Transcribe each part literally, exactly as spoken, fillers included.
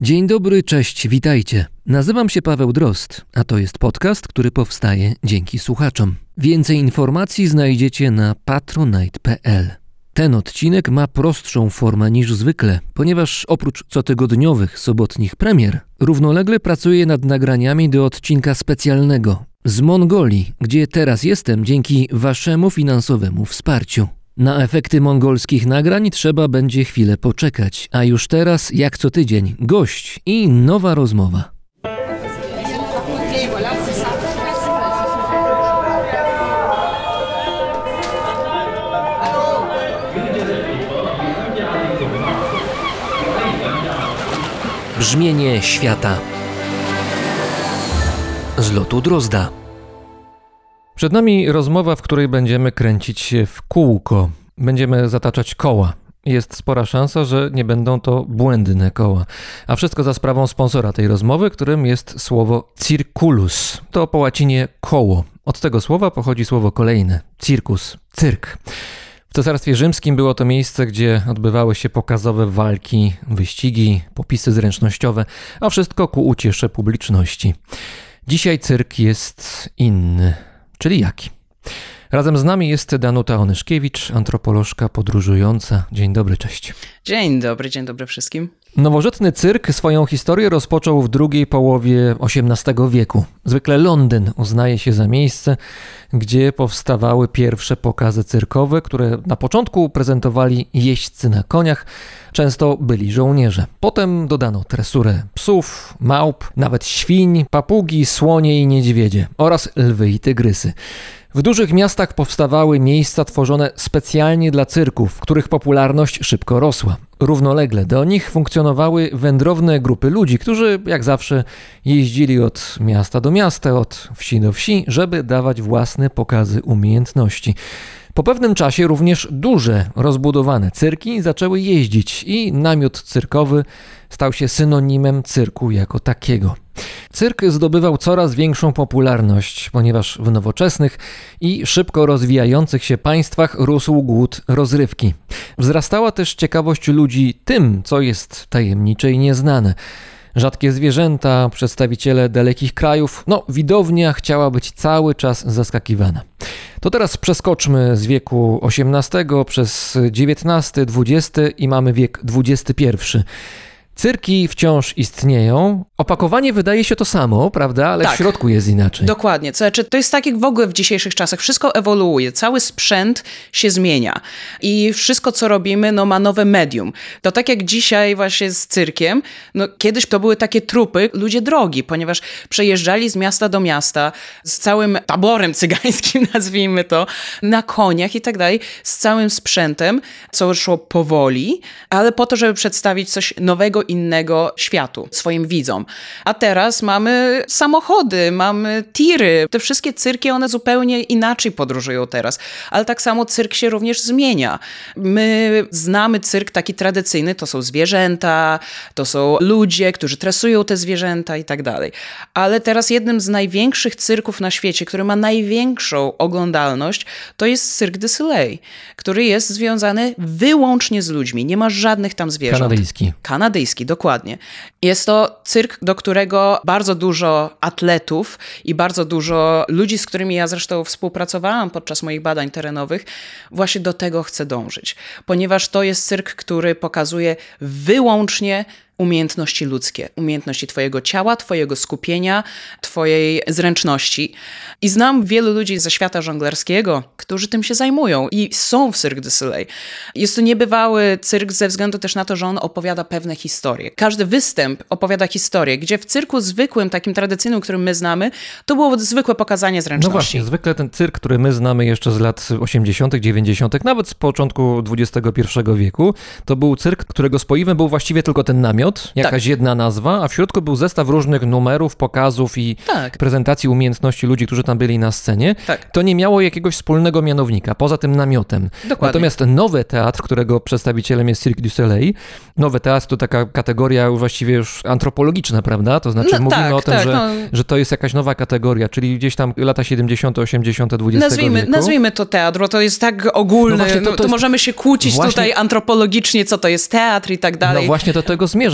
Dzień dobry, cześć, witajcie. Nazywam się Paweł Drozd, a to jest podcast, który powstaje dzięki słuchaczom. Więcej informacji znajdziecie na patronite kropka p l. Ten odcinek ma prostszą formę niż zwykle, ponieważ oprócz cotygodniowych sobotnich premier, równolegle pracuję nad nagraniami do odcinka specjalnego z Mongolii, gdzie teraz jestem dzięki waszemu finansowemu wsparciu. Na efekty mongolskich nagrań trzeba będzie chwilę poczekać, a już teraz, jak co tydzień, gość i nowa rozmowa. Brzmienie świata z lotu Drozda. Przed nami rozmowa, w której będziemy kręcić się w kółko. Będziemy zataczać koła. Jest spora szansa, że nie będą to błędne koła. A wszystko za sprawą sponsora tej rozmowy, którym jest słowo circulus. To po łacinie koło. Od tego słowa pochodzi słowo kolejne. Circus, cyrk. W Cesarstwie Rzymskim było to miejsce, gdzie odbywały się pokazowe walki, wyścigi, popisy zręcznościowe, a wszystko ku uciesze publiczności. Dzisiaj cyrk jest inny. Czyli jaki? Razem z nami jest Danuta Onyszkiewicz, antropolożka podróżująca. Dzień dobry, cześć. Dzień dobry, dzień dobry wszystkim. Nowożytny cyrk swoją historię rozpoczął w drugiej połowie osiemnastego wieku. Zwykle Londyn uznaje się za miejsce, gdzie powstawały pierwsze pokazy cyrkowe, które na początku prezentowali jeźdźcy na koniach, często byli żołnierze. Potem dodano tresurę psów, małp, nawet świń, papugi, słonie i niedźwiedzie oraz lwy i tygrysy. W dużych miastach powstawały miejsca tworzone specjalnie dla cyrków, których popularność szybko rosła. Równolegle do nich funkcjonowały wędrowne grupy ludzi, którzy jak zawsze jeździli od miasta do miasta, od wsi do wsi, żeby dawać własne pokazy umiejętności. Po pewnym czasie również duże, rozbudowane cyrki zaczęły jeździć i namiot cyrkowy stał się synonimem cyrku jako takiego. Cyrk zdobywał coraz większą popularność, ponieważ w nowoczesnych i szybko rozwijających się państwach rósł głód rozrywki. Wzrastała też ciekawość ludzi tym, co jest tajemnicze i nieznane. Rzadkie zwierzęta, przedstawiciele dalekich krajów, no widownia chciała być cały czas zaskakiwana. To teraz przeskoczmy z wieku osiemnastego przez dziewiętnasty, dwudziesty i mamy wiek dwudziesty pierwszy. Cyrki wciąż istnieją. Opakowanie wydaje się to samo, prawda? Ale tak, w środku jest inaczej. Dokładnie. To znaczy, to jest tak jak w ogóle w dzisiejszych czasach. Wszystko ewoluuje. Cały sprzęt się zmienia. I wszystko, co robimy, no, ma nowe medium. To tak jak dzisiaj właśnie z cyrkiem. No, kiedyś to były takie trupy, ludzie drogi, ponieważ przejeżdżali z miasta do miasta z całym taborem cygańskim, nazwijmy to, na koniach i tak dalej, z całym sprzętem, co szło powoli, ale po to, żeby przedstawić coś nowego, innego światu, swoim widzom. A teraz mamy samochody, mamy tiry. Te wszystkie cyrki, one zupełnie inaczej podróżują teraz. Ale tak samo cyrk się również zmienia. My znamy cyrk taki tradycyjny, to są zwierzęta, to są ludzie, którzy tresują te zwierzęta i tak dalej. Ale teraz jednym z największych cyrków na świecie, który ma największą oglądalność, to jest Cirque du Soleil, który jest związany wyłącznie z ludźmi. Nie ma żadnych tam zwierząt. Kanadyjski. Kanadyjski, dokładnie. Jest to cyrk, do którego bardzo dużo atletów i bardzo dużo ludzi, z którymi ja zresztą współpracowałam podczas moich badań terenowych, właśnie do tego chce dążyć. Ponieważ to jest cyrk, który pokazuje wyłącznie umiejętności ludzkie, umiejętności twojego ciała, twojego skupienia, twojej zręczności. I znam wielu ludzi ze świata żonglerskiego, którzy tym się zajmują i są w Cirque du Soleil. Jest to niebywały cyrk ze względu też na to, że on opowiada pewne historie. Każdy występ opowiada historię, gdzie w cyrku zwykłym, takim tradycyjnym, którym my znamy, to było zwykłe pokazanie zręczności. No właśnie, zwykle ten cyrk, który my znamy jeszcze z lat osiemdziesiątych, dziewięćdziesiątych, nawet z początku dwudziestego pierwszego wieku, to był cyrk, którego spoiwem był właściwie tylko ten namiot, jakaś tak. jedna nazwa, a w środku był zestaw różnych numerów, pokazów i tak. prezentacji umiejętności ludzi, którzy tam byli na scenie. Tak. To nie miało jakiegoś wspólnego mianownika, poza tym namiotem. Dokładnie. Natomiast nowy teatr, którego przedstawicielem jest Cirque du Soleil, nowy teatr to taka kategoria właściwie już antropologiczna, prawda? To znaczy no, mówimy tak, o tym, tak, że, no. że to jest jakaś nowa kategoria, czyli gdzieś tam lata siedemdziesiąte, osiemdziesiąte dwudziestego nazwijmy, wieku. Nazwijmy to teatr, bo to jest tak ogólne, no właśnie, to, to, no, to jest... możemy się kłócić właśnie... tutaj antropologicznie, co to jest teatr i tak dalej. No właśnie do tego zmierzam,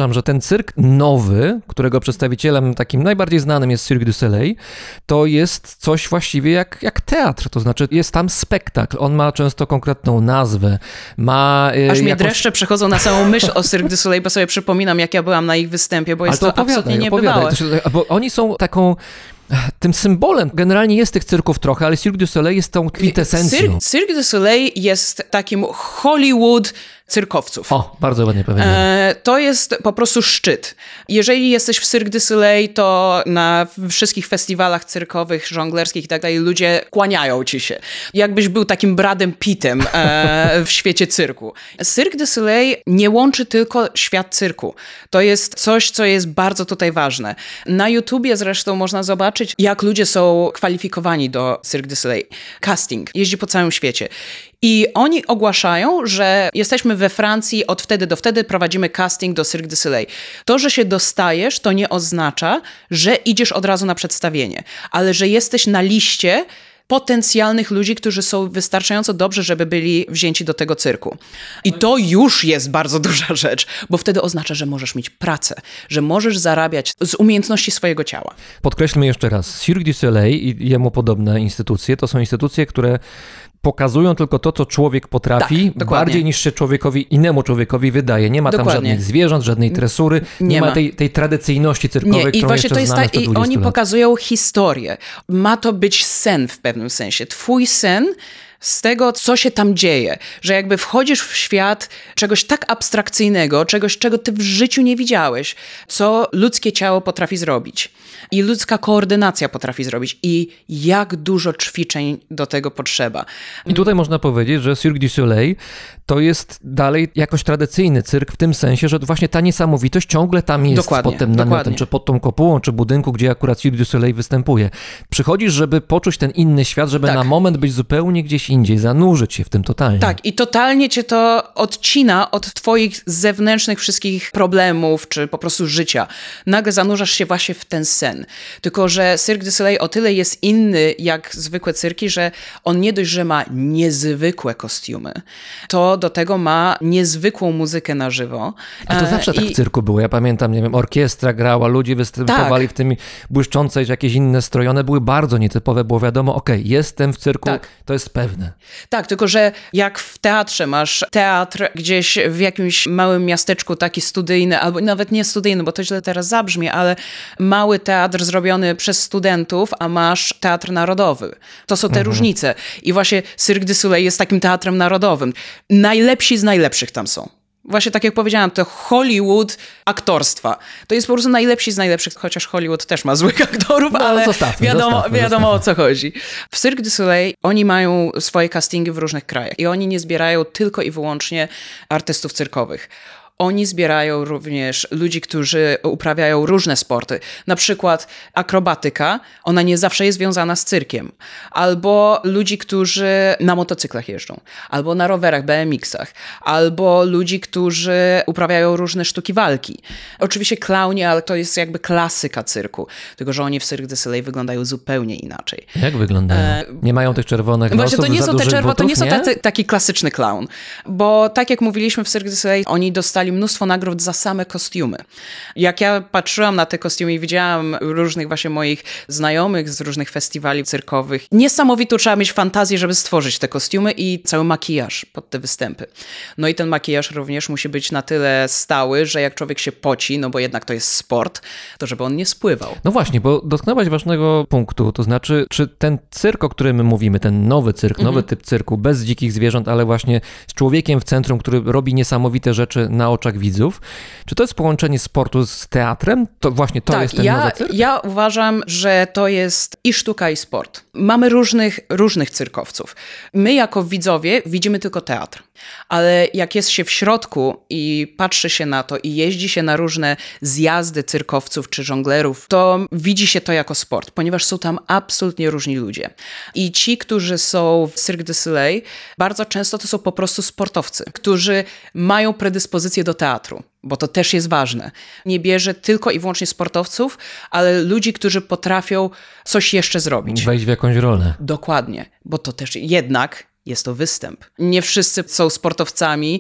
uważam, że ten cyrk nowy, którego przedstawicielem takim najbardziej znanym jest Cirque du Soleil, to jest coś właściwie jak, jak teatr, to znaczy jest tam spektakl, on ma często konkretną nazwę, ma... Yy, Aż mnie jakąś... dreszcze przechodzą na samą myśl o Cirque du Soleil, bo sobie przypominam, jak ja byłam na ich występie, bo jest Ale to, to absolutnie opowiadaj, niebywałe. opowiadaj. Bo oni są taką... Tym symbolem generalnie jest tych cyrków trochę, ale Cirque du Soleil jest tą kwintesencją. Cir- Cirque du Soleil jest takim Hollywood cyrkowców. O, bardzo ładnie powiedziane. E, to jest po prostu szczyt. Jeżeli jesteś w Cirque du Soleil, to na wszystkich festiwalach cyrkowych, żonglerskich i tak dalej, ludzie kłaniają ci się. Jakbyś był takim Bradem Pittem e, w świecie cyrku. Cirque du Soleil nie łączy tylko świat cyrku. To jest coś, co jest bardzo tutaj ważne. Na YouTubie zresztą można zobaczyć, jak ludzie są kwalifikowani do Cirque du Soleil. Casting jeździ po całym świecie. I oni ogłaszają, że jesteśmy we Francji, od wtedy do wtedy prowadzimy casting do Cirque du Soleil. To, że się dostajesz, to nie oznacza, że idziesz od razu na przedstawienie, ale że jesteś na liście potencjalnych ludzi, którzy są wystarczająco dobrzy, żeby byli wzięci do tego cyrku. I to już jest bardzo duża rzecz, bo wtedy oznacza, że możesz mieć pracę, że możesz zarabiać z umiejętności swojego ciała. Podkreślmy jeszcze raz, Cirque du Soleil i jemu podobne instytucje to są instytucje, które pokazują tylko to, co człowiek potrafi, tak, bardziej niż się człowiekowi, innemu człowiekowi wydaje. Nie ma dokładnie. tam żadnych zwierząt, żadnej tresury, nie, nie ma tej, tej tradycyjności cyrkowej, nie, i którą właśnie jeszcze to jest znamy ta, i oni lat. pokazują historię. Ma to być sen w pewnym sensie. Twój sen z tego, co się tam dzieje. Że jakby wchodzisz w świat czegoś tak abstrakcyjnego, czegoś, czego ty w życiu nie widziałeś, co ludzkie ciało potrafi zrobić. I ludzka koordynacja potrafi zrobić. I jak dużo ćwiczeń do tego potrzeba. I tutaj można powiedzieć, że Cirque du Soleil to jest dalej jakoś tradycyjny cyrk w tym sensie, że właśnie ta niesamowitość ciągle tam jest Dokładnie, pod tym namiotem, dokładnie. czy pod tą kopułą, czy budynku, gdzie akurat Cirque du Soleil występuje. Przychodzisz, żeby poczuć ten inny świat, żeby Tak. na moment być zupełnie gdzieś indziej, zanurzyć się w tym totalnie. Tak, i totalnie cię to odcina od twoich zewnętrznych wszystkich problemów, czy po prostu życia. Nagle zanurzasz się właśnie w ten sen. Tylko że Cirque du Soleil o tyle jest inny jak zwykłe cyrki, że on nie dość, że ma niezwykłe kostiumy, to do tego ma niezwykłą muzykę na żywo. A to zawsze E, tak i- w cyrku było. Ja pamiętam, nie wiem, orkiestra grała, ludzie występowali Tak. w tym błyszczące, jakieś inne strojone, były bardzo nietypowe, było wiadomo, okej, jestem w cyrku, Tak. to jest pewne. Tak, tylko że jak w teatrze masz teatr gdzieś w jakimś małym miasteczku taki studyjny, albo nawet nie studyjny, bo to źle teraz zabrzmi, ale mały teatr zrobiony przez studentów, a masz teatr narodowy. To są te różnice. I właśnie Cirque du Soleil jest takim teatrem narodowym. Najlepsi z najlepszych tam są. Właśnie tak jak powiedziałam, to Hollywood aktorstwa. To jest po prostu najlepsi z najlepszych, chociaż Hollywood też ma złych aktorów, No, ale zostawmy, wiadomo, zostawmy, wiadomo zostawmy. o co chodzi. W Cirque du Soleil oni mają swoje castingi w różnych krajach i oni nie zbierają tylko i wyłącznie artystów cyrkowych. Oni zbierają również ludzi, którzy uprawiają różne sporty. Na przykład akrobatyka, ona nie zawsze jest związana z cyrkiem. Albo ludzi, którzy na motocyklach jeżdżą. Albo na rowerach, B M X-ach. Albo ludzi, którzy uprawiają różne sztuki walki. Oczywiście klauni, ale to jest jakby klasyka cyrku. Tylko że oni w Cirque du Soleil wyglądają zupełnie inaczej. Jak wyglądają? Nie mają tych czerwonych Właśnie nosów, to nie za są te dużych czerwo, to butów, nie są nie? tacy, taki klasyczny clown. Bo tak jak mówiliśmy w Cirque du Soleil, oni dostali mnóstwo nagród za same kostiumy. Jak ja patrzyłam na te kostiumy i widziałam różnych właśnie moich znajomych z różnych festiwali cyrkowych, niesamowitą trzeba mieć fantazję, żeby stworzyć te kostiumy i cały makijaż pod te występy. No i ten makijaż również musi być na tyle stały, że jak człowiek się poci, no bo jednak to jest sport, to żeby on nie spływał. No właśnie, bo dotknęłaś ważnego punktu, to znaczy, czy ten cyrk, o którym my mówimy, ten nowy cyrk, nowy typ cyrku, bez dzikich zwierząt, ale właśnie z człowiekiem w centrum, który robi niesamowite rzeczy na oczach widzów, czy to jest połączenie sportu z teatrem? To właśnie to tak, jest ten ja, nowy cyrk? ja uważam, że to jest i sztuka, i sport. Mamy różnych, różnych cyrkowców. My jako widzowie widzimy tylko teatr, ale jak jest się w środku i patrzy się na to i jeździ się na różne zjazdy cyrkowców czy żonglerów, to widzi się to jako sport, ponieważ są tam absolutnie różni ludzie. I ci, którzy są w Cirque du Soleil, bardzo często to są po prostu sportowcy, którzy mają predyspozycję do teatru, bo to też jest ważne. Nie bierze tylko i wyłącznie sportowców, ale ludzi, którzy potrafią coś jeszcze zrobić. Wejść w jakąś rolę. Dokładnie, bo to też jednak jest to występ. Nie wszyscy są sportowcami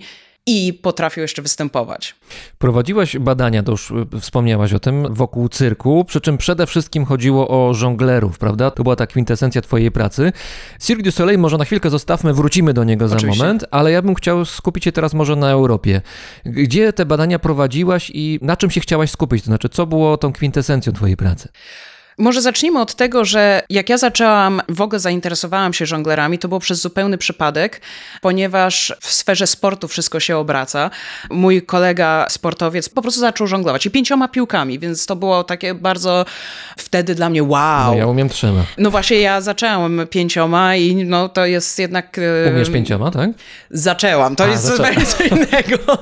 i potrafił jeszcze występować. Prowadziłaś badania, to już wspomniałaś o tym, wokół cyrku, przy czym przede wszystkim chodziło o żonglerów, prawda? To była ta kwintesencja twojej pracy. Cirque du Soleil może na chwilkę zostawmy, wrócimy do niego za Oczywiście. moment, ale ja bym chciał skupić się teraz może na Europie. Gdzie te badania prowadziłaś i na czym się chciałaś skupić? To znaczy, co było tą kwintesencją twojej pracy? Może zacznijmy od tego, że jak ja zaczęłam, w ogóle zainteresowałam się żonglerami, to było przez zupełny przypadek, ponieważ w sferze sportu wszystko się obraca. Mój kolega sportowiec po prostu zaczął żonglować i pięcioma piłkami, więc to było takie bardzo wtedy dla mnie wow. No ja umiem trzema. No właśnie ja zaczęłam pięcioma i no to jest jednak... Umiesz pięcioma, tak? Zaczęłam, to A, jest zaczęłam. zupełnie co innego.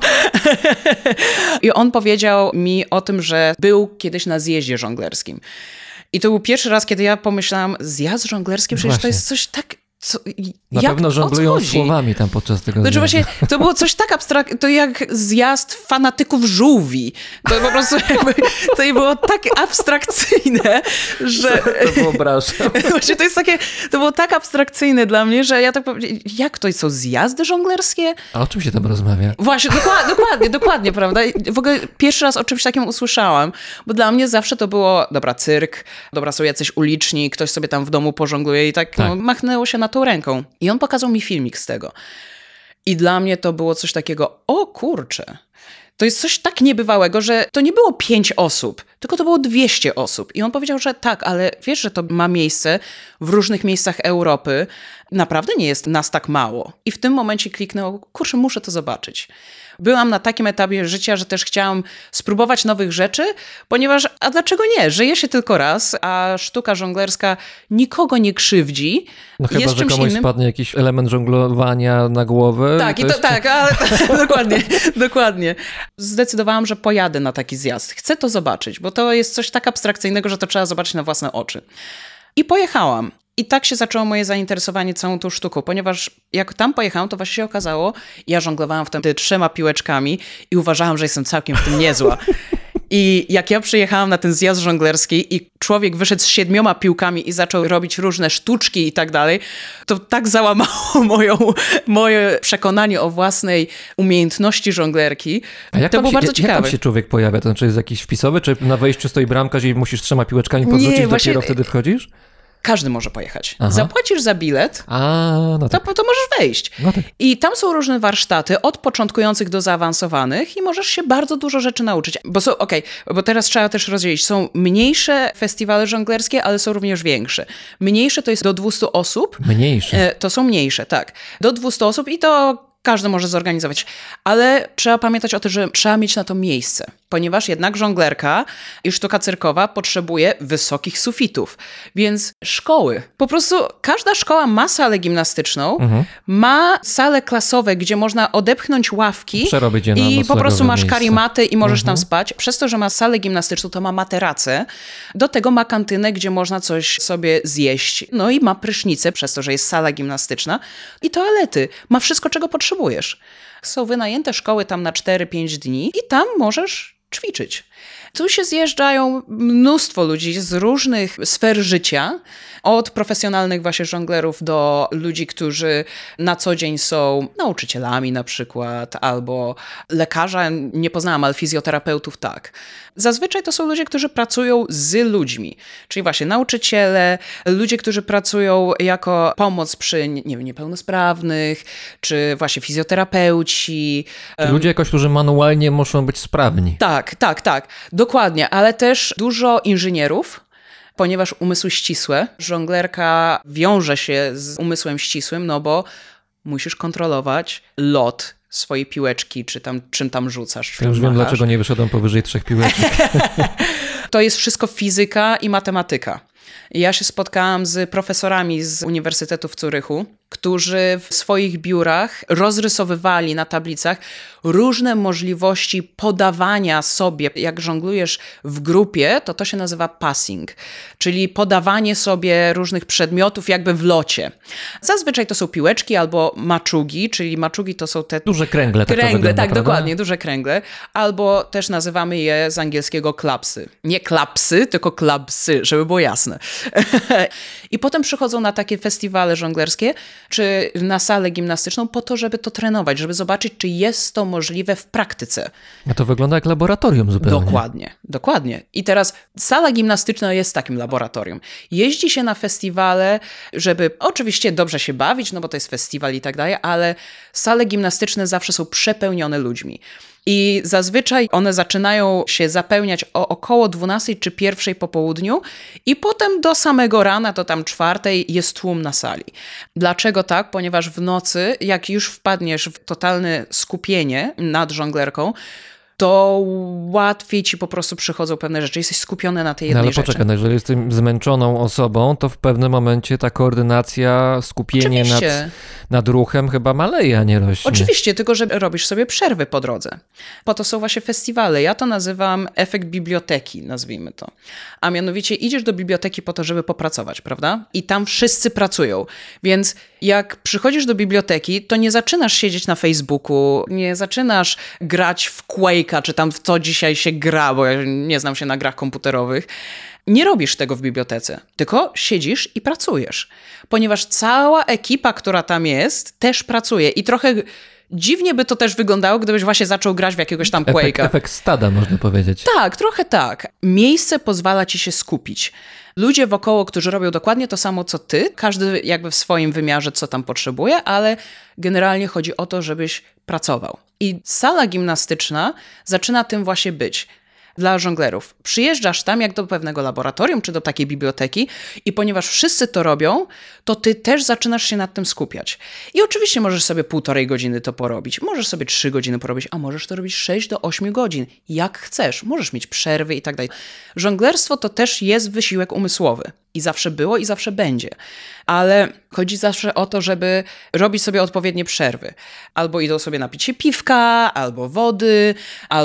I on powiedział mi o tym, że był kiedyś na zjeździe żonglerskim. I to był pierwszy raz, kiedy ja pomyślałam, zjazd żonglerski, przecież Właśnie. to jest coś tak... Co, Na jak, pewno o co żonglują chodzi? słowami tam podczas tego Znaczy zjazdu. właśnie, to było coś tak abstrakcyjne, to jak zjazd fanatyków żółwi. To po prostu jakby, to było tak abstrakcyjne, że... To wyobrażam. Właśnie to jest takie, to było tak abstrakcyjne dla mnie, że ja tak powiedziałam, jak to są zjazdy żonglerskie? A o czym się tam rozmawia? Właśnie, dokładnie, dokładnie, dokładnie, prawda? I w ogóle pierwszy raz o czymś takim usłyszałam, bo dla mnie zawsze to było, dobra, cyrk, dobra, są jacyś uliczni, ktoś sobie tam w domu pożongluje i tak, Tak. No, machnęło się na tą ręką. I on pokazał mi filmik z tego. I dla mnie to było coś takiego, o kurczę, to jest coś tak niebywałego, że to nie było pięć osób, tylko to było dwieście osób. I on powiedział, że tak, ale wiesz, że to ma miejsce w różnych miejscach Europy. Naprawdę nie jest nas tak mało. I w tym momencie kliknęło, kurczę, muszę to zobaczyć. Byłam na takim etapie życia, że też chciałam spróbować nowych rzeczy, ponieważ, a dlaczego nie? Żyje się tylko raz, a sztuka żonglerska nikogo nie krzywdzi. No chyba, jest że czymś komuś innym. spadnie jakiś element żonglowania na głowę. Tak, i to, jest... tak, ale dokładnie, dokładnie. Zdecydowałam, że pojadę na taki zjazd. Chcę to zobaczyć, bo to jest coś tak abstrakcyjnego, że to trzeba zobaczyć na własne oczy. I pojechałam. I tak się zaczęło moje zainteresowanie całą tą sztuką, ponieważ jak tam pojechałam, to właśnie się okazało, ja żonglowałam wtedy trzema piłeczkami i uważałam, że jestem całkiem w tym niezła. I jak ja przyjechałam na ten zjazd żonglerski i człowiek wyszedł z siedmioma piłkami i zaczął robić różne sztuczki i tak dalej, to tak załamało moją, moje przekonanie o własnej umiejętności żonglerki. A jak to tam było się, bardzo jak, ciekawe. Jak tam się człowiek pojawia? To znaczy jest jakiś wpisowy, czy na wejściu stoi bramkarz i musisz trzema piłeczkami podrzucić, Nie, właśnie- dopiero wtedy wchodzisz? Każdy może pojechać. Aha. Zapłacisz za bilet, A, no to, tak. to możesz wejść. No tak. I tam są różne warsztaty, od początkujących do zaawansowanych i możesz się bardzo dużo rzeczy nauczyć. Bo są, okej, bo teraz trzeba też rozdzielić. Są mniejsze festiwale żonglerskie, ale są również większe. Mniejsze to jest do dwieście osób. Mniejszy. E, To są mniejsze, tak. Do dwieście osób i to każdy może zorganizować. Ale trzeba pamiętać o tym, że trzeba mieć na to miejsce. Ponieważ jednak żonglerka i sztuka cyrkowa potrzebuje wysokich sufitów. Więc szkoły. Po prostu każda szkoła ma salę gimnastyczną, Mhm. ma sale klasowe, gdzie można odepchnąć ławki Przerobić je na i po noclegowe prostu masz miejsce. karimaty i możesz tam spać. Przez to, że ma salę gimnastyczną, to ma materace. Do tego ma kantynę, gdzie można coś sobie zjeść. No i ma prysznicę, przez to, że jest sala gimnastyczna. I toalety. Ma wszystko, czego potrzebujesz. Są wynajęte szkoły tam na cztery pięć dni i tam możesz ćwiczyć. Tu się zjeżdżają mnóstwo ludzi z różnych sfer życia, od profesjonalnych właśnie żonglerów do ludzi, którzy na co dzień są nauczycielami na przykład, albo lekarza, nie poznałam, ale fizjoterapeutów tak. Zazwyczaj to są ludzie, którzy pracują z ludźmi, czyli właśnie nauczyciele, ludzie, którzy pracują jako pomoc przy nie wiem, niepełnosprawnych, czy właśnie fizjoterapeuci. Ludzie jakoś, którzy manualnie muszą być sprawni. Tak, tak, tak, dokładnie, ale też dużo inżynierów, ponieważ umysły ścisłe, żonglerka wiąże się z umysłem ścisłym, no bo musisz kontrolować lot swojej piłeczki, czy tam, czym tam rzucasz. Ja już czym wiem, machasz. dlaczego nie wyszedłem powyżej trzech piłeczek. To jest wszystko fizyka i matematyka. Ja się spotkałam z profesorami z Uniwersytetu w Zurychu, którzy w swoich biurach rozrysowywali na tablicach różne możliwości podawania sobie. Jak żonglujesz w grupie, to to się nazywa passing, czyli podawanie sobie różnych przedmiotów jakby w locie. Zazwyczaj to są piłeczki albo maczugi, czyli maczugi to są te... Duże kręgle. Tak to Kręgle, wygląda, tak, prawda? dokładnie, duże kręgle. Albo też nazywamy je z angielskiego klapsy. Nie klapsy, tylko klapsy, żeby było jasne. I potem przychodzą na takie festiwale żonglerskie, czy na salę gimnastyczną po to, żeby to trenować, żeby zobaczyć, czy jest to możliwe w praktyce. A to wygląda jak laboratorium zupełnie. Dokładnie, dokładnie. I teraz sala gimnastyczna jest takim laboratorium. Jeździ się na festiwale, żeby oczywiście dobrze się bawić, no bo to jest festiwal i tak dalej, ale sale gimnastyczne zawsze są przepełnione ludźmi. I zazwyczaj one zaczynają się zapełniać o około dwunastej czy pierwszej po południu i potem do samego rana, to tam czwartej, jest tłum na sali. Dlaczego tak? Ponieważ w nocy, jak już wpadniesz w totalne skupienie nad żonglerką, to łatwiej ci po prostu przychodzą pewne rzeczy. Jesteś skupiony na tej jednej no, ale rzeczy. poczekaj, no, jeżeli jestem zmęczoną osobą, to w pewnym momencie ta koordynacja, skupienie nad, nad ruchem chyba maleje, a nie rośnie. Oczywiście, tylko że robisz sobie przerwy po drodze. Po to są właśnie festiwale. Ja to nazywam efekt biblioteki, nazwijmy to. A mianowicie idziesz do biblioteki po to, żeby popracować, prawda? I tam wszyscy pracują. Więc jak przychodzisz do biblioteki, to nie zaczynasz siedzieć na Facebooku, nie zaczynasz grać w Quake'a, czy tam w co dzisiaj się gra, bo ja nie znam się na grach komputerowych. Nie robisz tego w bibliotece, tylko siedzisz i pracujesz. Ponieważ cała ekipa, która tam jest, też pracuje. I trochę dziwnie by to też wyglądało, gdybyś właśnie zaczął grać w jakiegoś tam Quake'a. Efekt, efekt stada, można powiedzieć. Tak, trochę tak. Miejsce pozwala ci się skupić. Ludzie wokoło, którzy robią dokładnie to samo, co ty, każdy jakby w swoim wymiarze, co tam potrzebuje, ale generalnie chodzi o to, żebyś pracował. I sala gimnastyczna zaczyna tym właśnie być. Dla żonglerów. Przyjeżdżasz tam jak do pewnego laboratorium, czy do takiej biblioteki i ponieważ wszyscy to robią, to ty też zaczynasz się nad tym skupiać. I oczywiście możesz sobie półtorej godziny to porobić, możesz sobie trzy godziny porobić, a możesz to robić sześć do ośmiu godzin, jak chcesz. Możesz mieć przerwy i tak dalej. Żonglerstwo to też jest wysiłek umysłowy. I zawsze było i zawsze będzie. Ale chodzi zawsze o to, żeby robić sobie odpowiednie przerwy. Albo idą sobie napić się piwka, albo wody,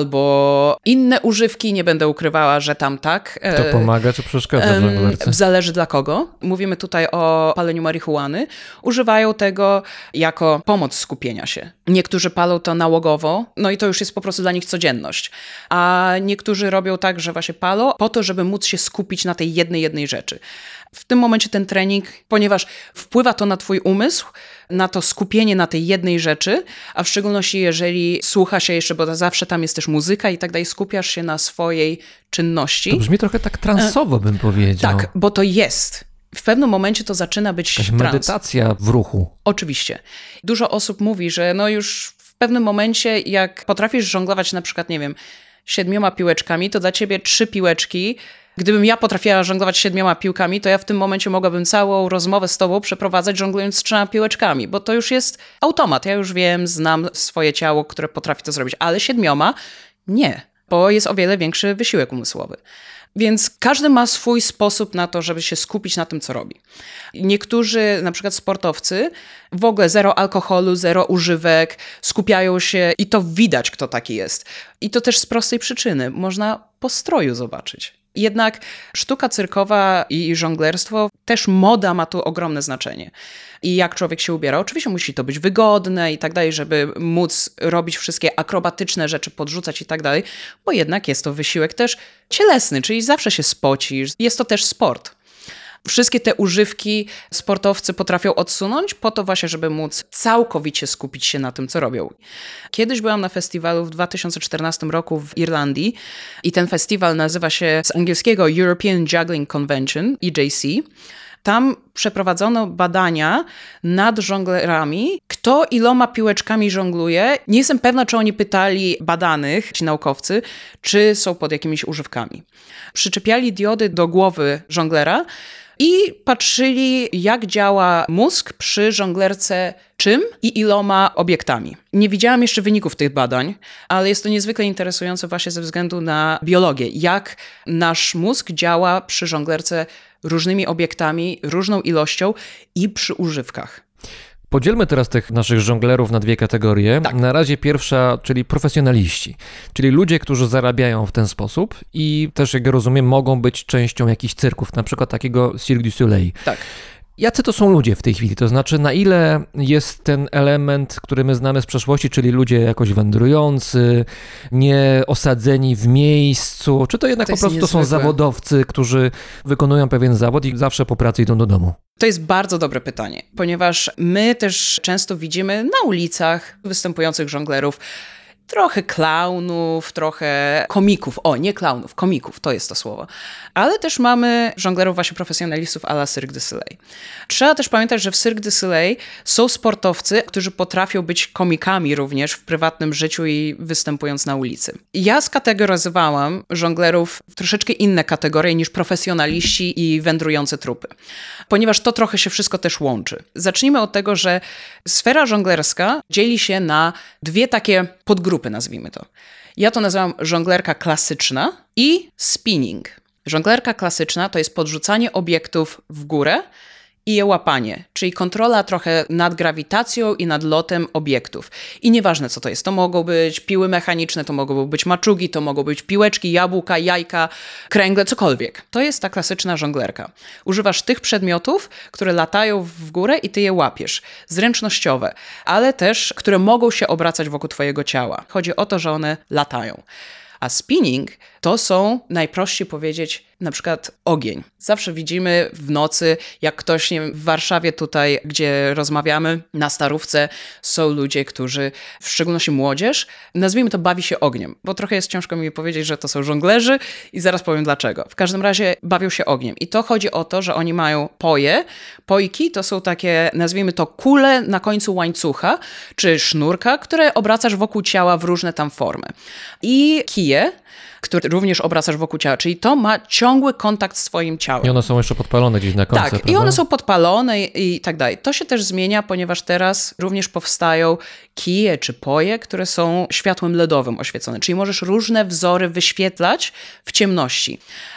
albo inne używki. Nie będę ukrywała, że tam tak. To pomaga czy przeszkadza w żonglerce? Zależy dla kogo. Mówimy tutaj o paleniu marihuany. Używają tego jako pomoc skupienia się. Niektórzy palą to nałogowo, no i to już jest po prostu dla nich codzienność. A niektórzy robią tak, że właśnie palą po to, żeby móc się skupić na tej jednej, jednej rzeczy. W tym momencie ten trening, ponieważ wpływa to na twój umysł, na to skupienie na tej jednej rzeczy, a w szczególności jeżeli słucha się jeszcze, bo zawsze tam jest też muzyka i tak dalej, skupiasz się na swojej czynności. To brzmi trochę tak transowo, bym powiedział. Tak, bo to jest. W pewnym momencie to zaczyna być jakaś trans. medytacja w ruchu. Oczywiście. Dużo osób mówi, że no już w pewnym momencie, jak potrafisz żonglować na przykład, nie wiem, siedmioma piłeczkami, to dla ciebie trzy piłeczki. Gdybym ja potrafiła żonglować siedmioma piłkami, to ja w tym momencie mogłabym całą rozmowę z tobą przeprowadzać żonglując z trzema piłeczkami, bo to już jest automat. Ja już wiem, znam swoje ciało, które potrafi to zrobić, ale siedmioma nie, bo jest o wiele większy wysiłek umysłowy. Więc każdy ma swój sposób na to, żeby się skupić na tym, co robi. Niektórzy, na przykład sportowcy, w ogóle zero alkoholu, zero używek, skupiają się i to widać, kto taki jest. I to też z prostej przyczyny. Można po stroju zobaczyć. Jednak sztuka cyrkowa i żonglerstwo, też moda ma tu ogromne znaczenie. I jak człowiek się ubiera, oczywiście musi to być wygodne i tak dalej, żeby móc robić wszystkie akrobatyczne rzeczy, podrzucać i tak dalej, bo jednak jest to wysiłek też cielesny, czyli zawsze się spocisz. Jest to też sport. Wszystkie te używki sportowcy potrafią odsunąć po to właśnie, żeby móc całkowicie skupić się na tym, co robią. Kiedyś byłam na festiwalu w dwa tysiące czternastym roku w Irlandii i ten festiwal nazywa się z angielskiego European Juggling Convention, E J C. Tam przeprowadzono badania nad żonglerami, kto iloma piłeczkami żongluje. Nie jestem pewna, czy oni pytali badanych, ci naukowcy, czy są pod jakimiś używkami. Przyczepiali diody do głowy żonglera i patrzyli, jak działa mózg przy żonglerce czym i iloma obiektami. Nie widziałam jeszcze wyników tych badań, ale jest to niezwykle interesujące właśnie ze względu na biologię. Jak nasz mózg działa przy żonglerce różnymi obiektami, różną ilością i przy używkach. Podzielmy teraz tych naszych żonglerów na dwie kategorie. Tak. Na razie pierwsza, czyli profesjonaliści, czyli ludzie, którzy zarabiają w ten sposób i też, jak rozumiem, mogą być częścią jakichś cyrków, na przykład takiego Cirque du Soleil. Tak. Jacy to są ludzie w tej chwili? To znaczy, na ile jest ten element, który my znamy z przeszłości, czyli ludzie jakoś wędrujący, nie osadzeni w miejscu, czy to jednak To po jest prostu to są niezwykłe. zawodowcy, którzy wykonują pewien zawód i zawsze po pracy idą do domu? To jest bardzo dobre pytanie, ponieważ my też często widzimy na ulicach występujących żonglerów trochę klaunów, trochę komików. O, nie klaunów, komików, to jest to słowo. Ale też mamy żonglerów właśnie profesjonalistów à la Cirque du Soleil. Trzeba też pamiętać, że w Cirque du Soleil są sportowcy, którzy potrafią być komikami również w prywatnym życiu i występując na ulicy. Ja skategoryzowałam żonglerów w troszeczkę inne kategorie niż profesjonaliści i wędrujące trupy. Ponieważ to trochę się wszystko też łączy. Zacznijmy od tego, że sfera żonglerska dzieli się na dwie takie podgrupy, nazwijmy to. Ja to nazywam żonglerka klasyczna i spinning. Żonglerka klasyczna to jest podrzucanie obiektów w górę i je łapanie, czyli kontrola trochę nad grawitacją i nad lotem obiektów. I nieważne co to jest, to mogą być piły mechaniczne, to mogą być maczugi, to mogą być piłeczki, jabłka, jajka, kręgle, cokolwiek. To jest ta klasyczna żonglerka. Używasz tych przedmiotów, które latają w górę i ty je łapiesz. Zręcznościowe, ale też, które mogą się obracać wokół twojego ciała. Chodzi o to, że one latają. A spinning to są, najprościej powiedzieć, na przykład ogień. Zawsze widzimy w nocy, jak ktoś, nie wiem, w Warszawie tutaj, gdzie rozmawiamy, na Starówce, są ludzie, którzy, w szczególności młodzież, nazwijmy to, bawi się ogniem. Bo trochę jest ciężko mi powiedzieć, że to są żonglerzy i zaraz powiem dlaczego. W każdym razie bawią się ogniem. I to chodzi o to, że oni mają poje. Pojki to są takie, nazwijmy to, kule na końcu łańcucha, czy sznurka, które obracasz wokół ciała w różne tam formy. I kije, które również obracasz wokół ciała, czyli to ma ciągły kontakt z twoim ciałem. I one są jeszcze podpalone gdzieś na końcu, Tak, prawda? i one są podpalone i, i tak dalej. To się też zmienia, ponieważ teraz również powstają kije czy poje, które są światłem LEDowym oświecone, czyli możesz różne wzory wyświetlać w ciemności.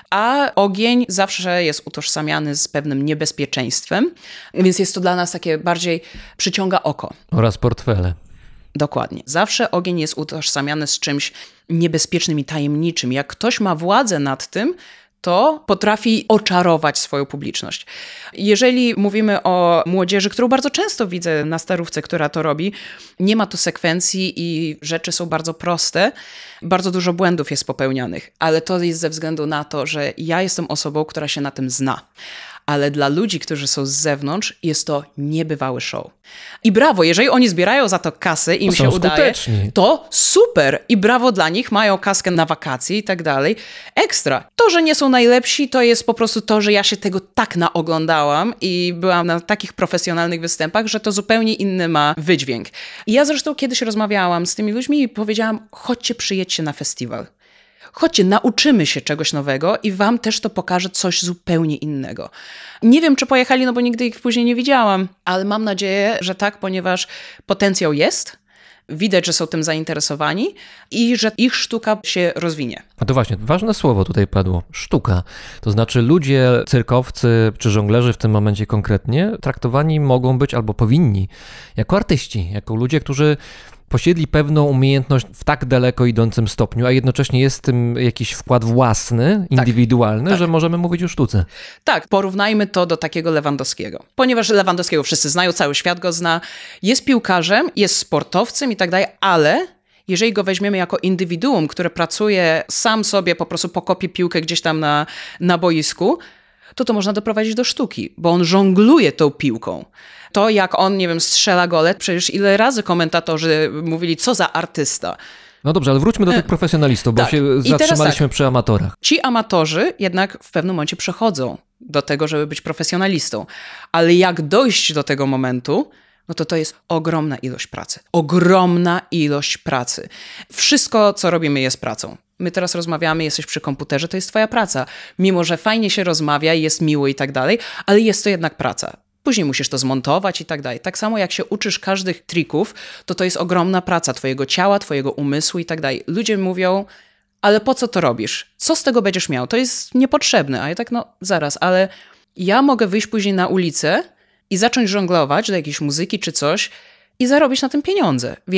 A ogień zawsze jest utożsamiany z pewnym niebezpieczeństwem, więc jest to dla nas takie bardziej przyciąga oko. Oraz portfele. Dokładnie. Zawsze ogień jest utożsamiany z czymś niebezpiecznym i tajemniczym. Jak ktoś ma władzę nad tym, to potrafi oczarować swoją publiczność. Jeżeli mówimy o młodzieży, którą bardzo często widzę na Starówce, która to robi, nie ma tu sekwencji i rzeczy są bardzo proste. Bardzo dużo błędów jest popełnianych, ale to jest ze względu na to, że ja jestem osobą, która się na tym zna. Ale dla ludzi, którzy są z zewnątrz, jest to niebywały show. I brawo, jeżeli oni zbierają za to kasę i im To się są udaje, skuteczni. to super. I brawo dla nich, mają kaskę na wakacje i tak dalej. Ekstra. To, że nie są najlepsi, to jest po prostu to, że ja się tego tak naoglądałam i byłam na takich profesjonalnych występach, że to zupełnie inny ma wydźwięk. I ja zresztą kiedyś rozmawiałam z tymi ludźmi i powiedziałam, chodźcie, przyjedźcie na festiwal. Chodźcie, nauczymy się czegoś nowego i wam też to pokaże coś zupełnie innego. Nie wiem, czy pojechali, no bo nigdy ich później nie widziałam, ale mam nadzieję, że tak, ponieważ potencjał jest, widać, że są tym zainteresowani i że ich sztuka się rozwinie. A to właśnie, ważne słowo tutaj padło. Sztuka. To znaczy ludzie, cyrkowcy czy żonglerzy w tym momencie konkretnie traktowani mogą być albo powinni jako artyści, jako ludzie, którzy posiedli pewną umiejętność w tak daleko idącym stopniu, a jednocześnie jest w tym jakiś wkład własny, indywidualny, tak. że możemy mówić o sztuce. Tak, porównajmy to do takiego Lewandowskiego. Ponieważ Lewandowskiego wszyscy znają, cały świat go zna. Jest piłkarzem, jest sportowcem i tak dalej, ale jeżeli go weźmiemy jako indywiduum, które pracuje sam sobie, po prostu pokopie piłkę gdzieś tam na, na boisku, to to można doprowadzić do sztuki, bo on żongluje tą piłką. To jak on, nie wiem, strzela gole, przecież ile razy komentatorzy mówili, co za artysta. No dobrze, ale wróćmy do tych profesjonalistów, bo tak. się I teraz zatrzymaliśmy tak. przy amatorach. Ci amatorzy jednak w pewnym momencie przechodzą do tego, żeby być profesjonalistą. Ale jak dojść do tego momentu, no to to jest ogromna ilość pracy. Ogromna ilość pracy. Wszystko, co robimy, jest pracą. My teraz rozmawiamy, jesteś przy komputerze, to jest twoja praca. Mimo, że fajnie się rozmawia, jest miło i tak dalej, ale jest to jednak praca. Później musisz to zmontować i tak dalej. Tak samo jak się uczysz każdych trików, to to jest ogromna praca twojego ciała, twojego umysłu i tak dalej. Ludzie mówią, ale po co to robisz? Co z tego będziesz miał? To jest niepotrzebne. A ja tak, no zaraz, ale ja mogę wyjść później na ulicę i zacząć żonglować do jakiejś muzyki czy coś i zarobić na tym pieniądze. Więc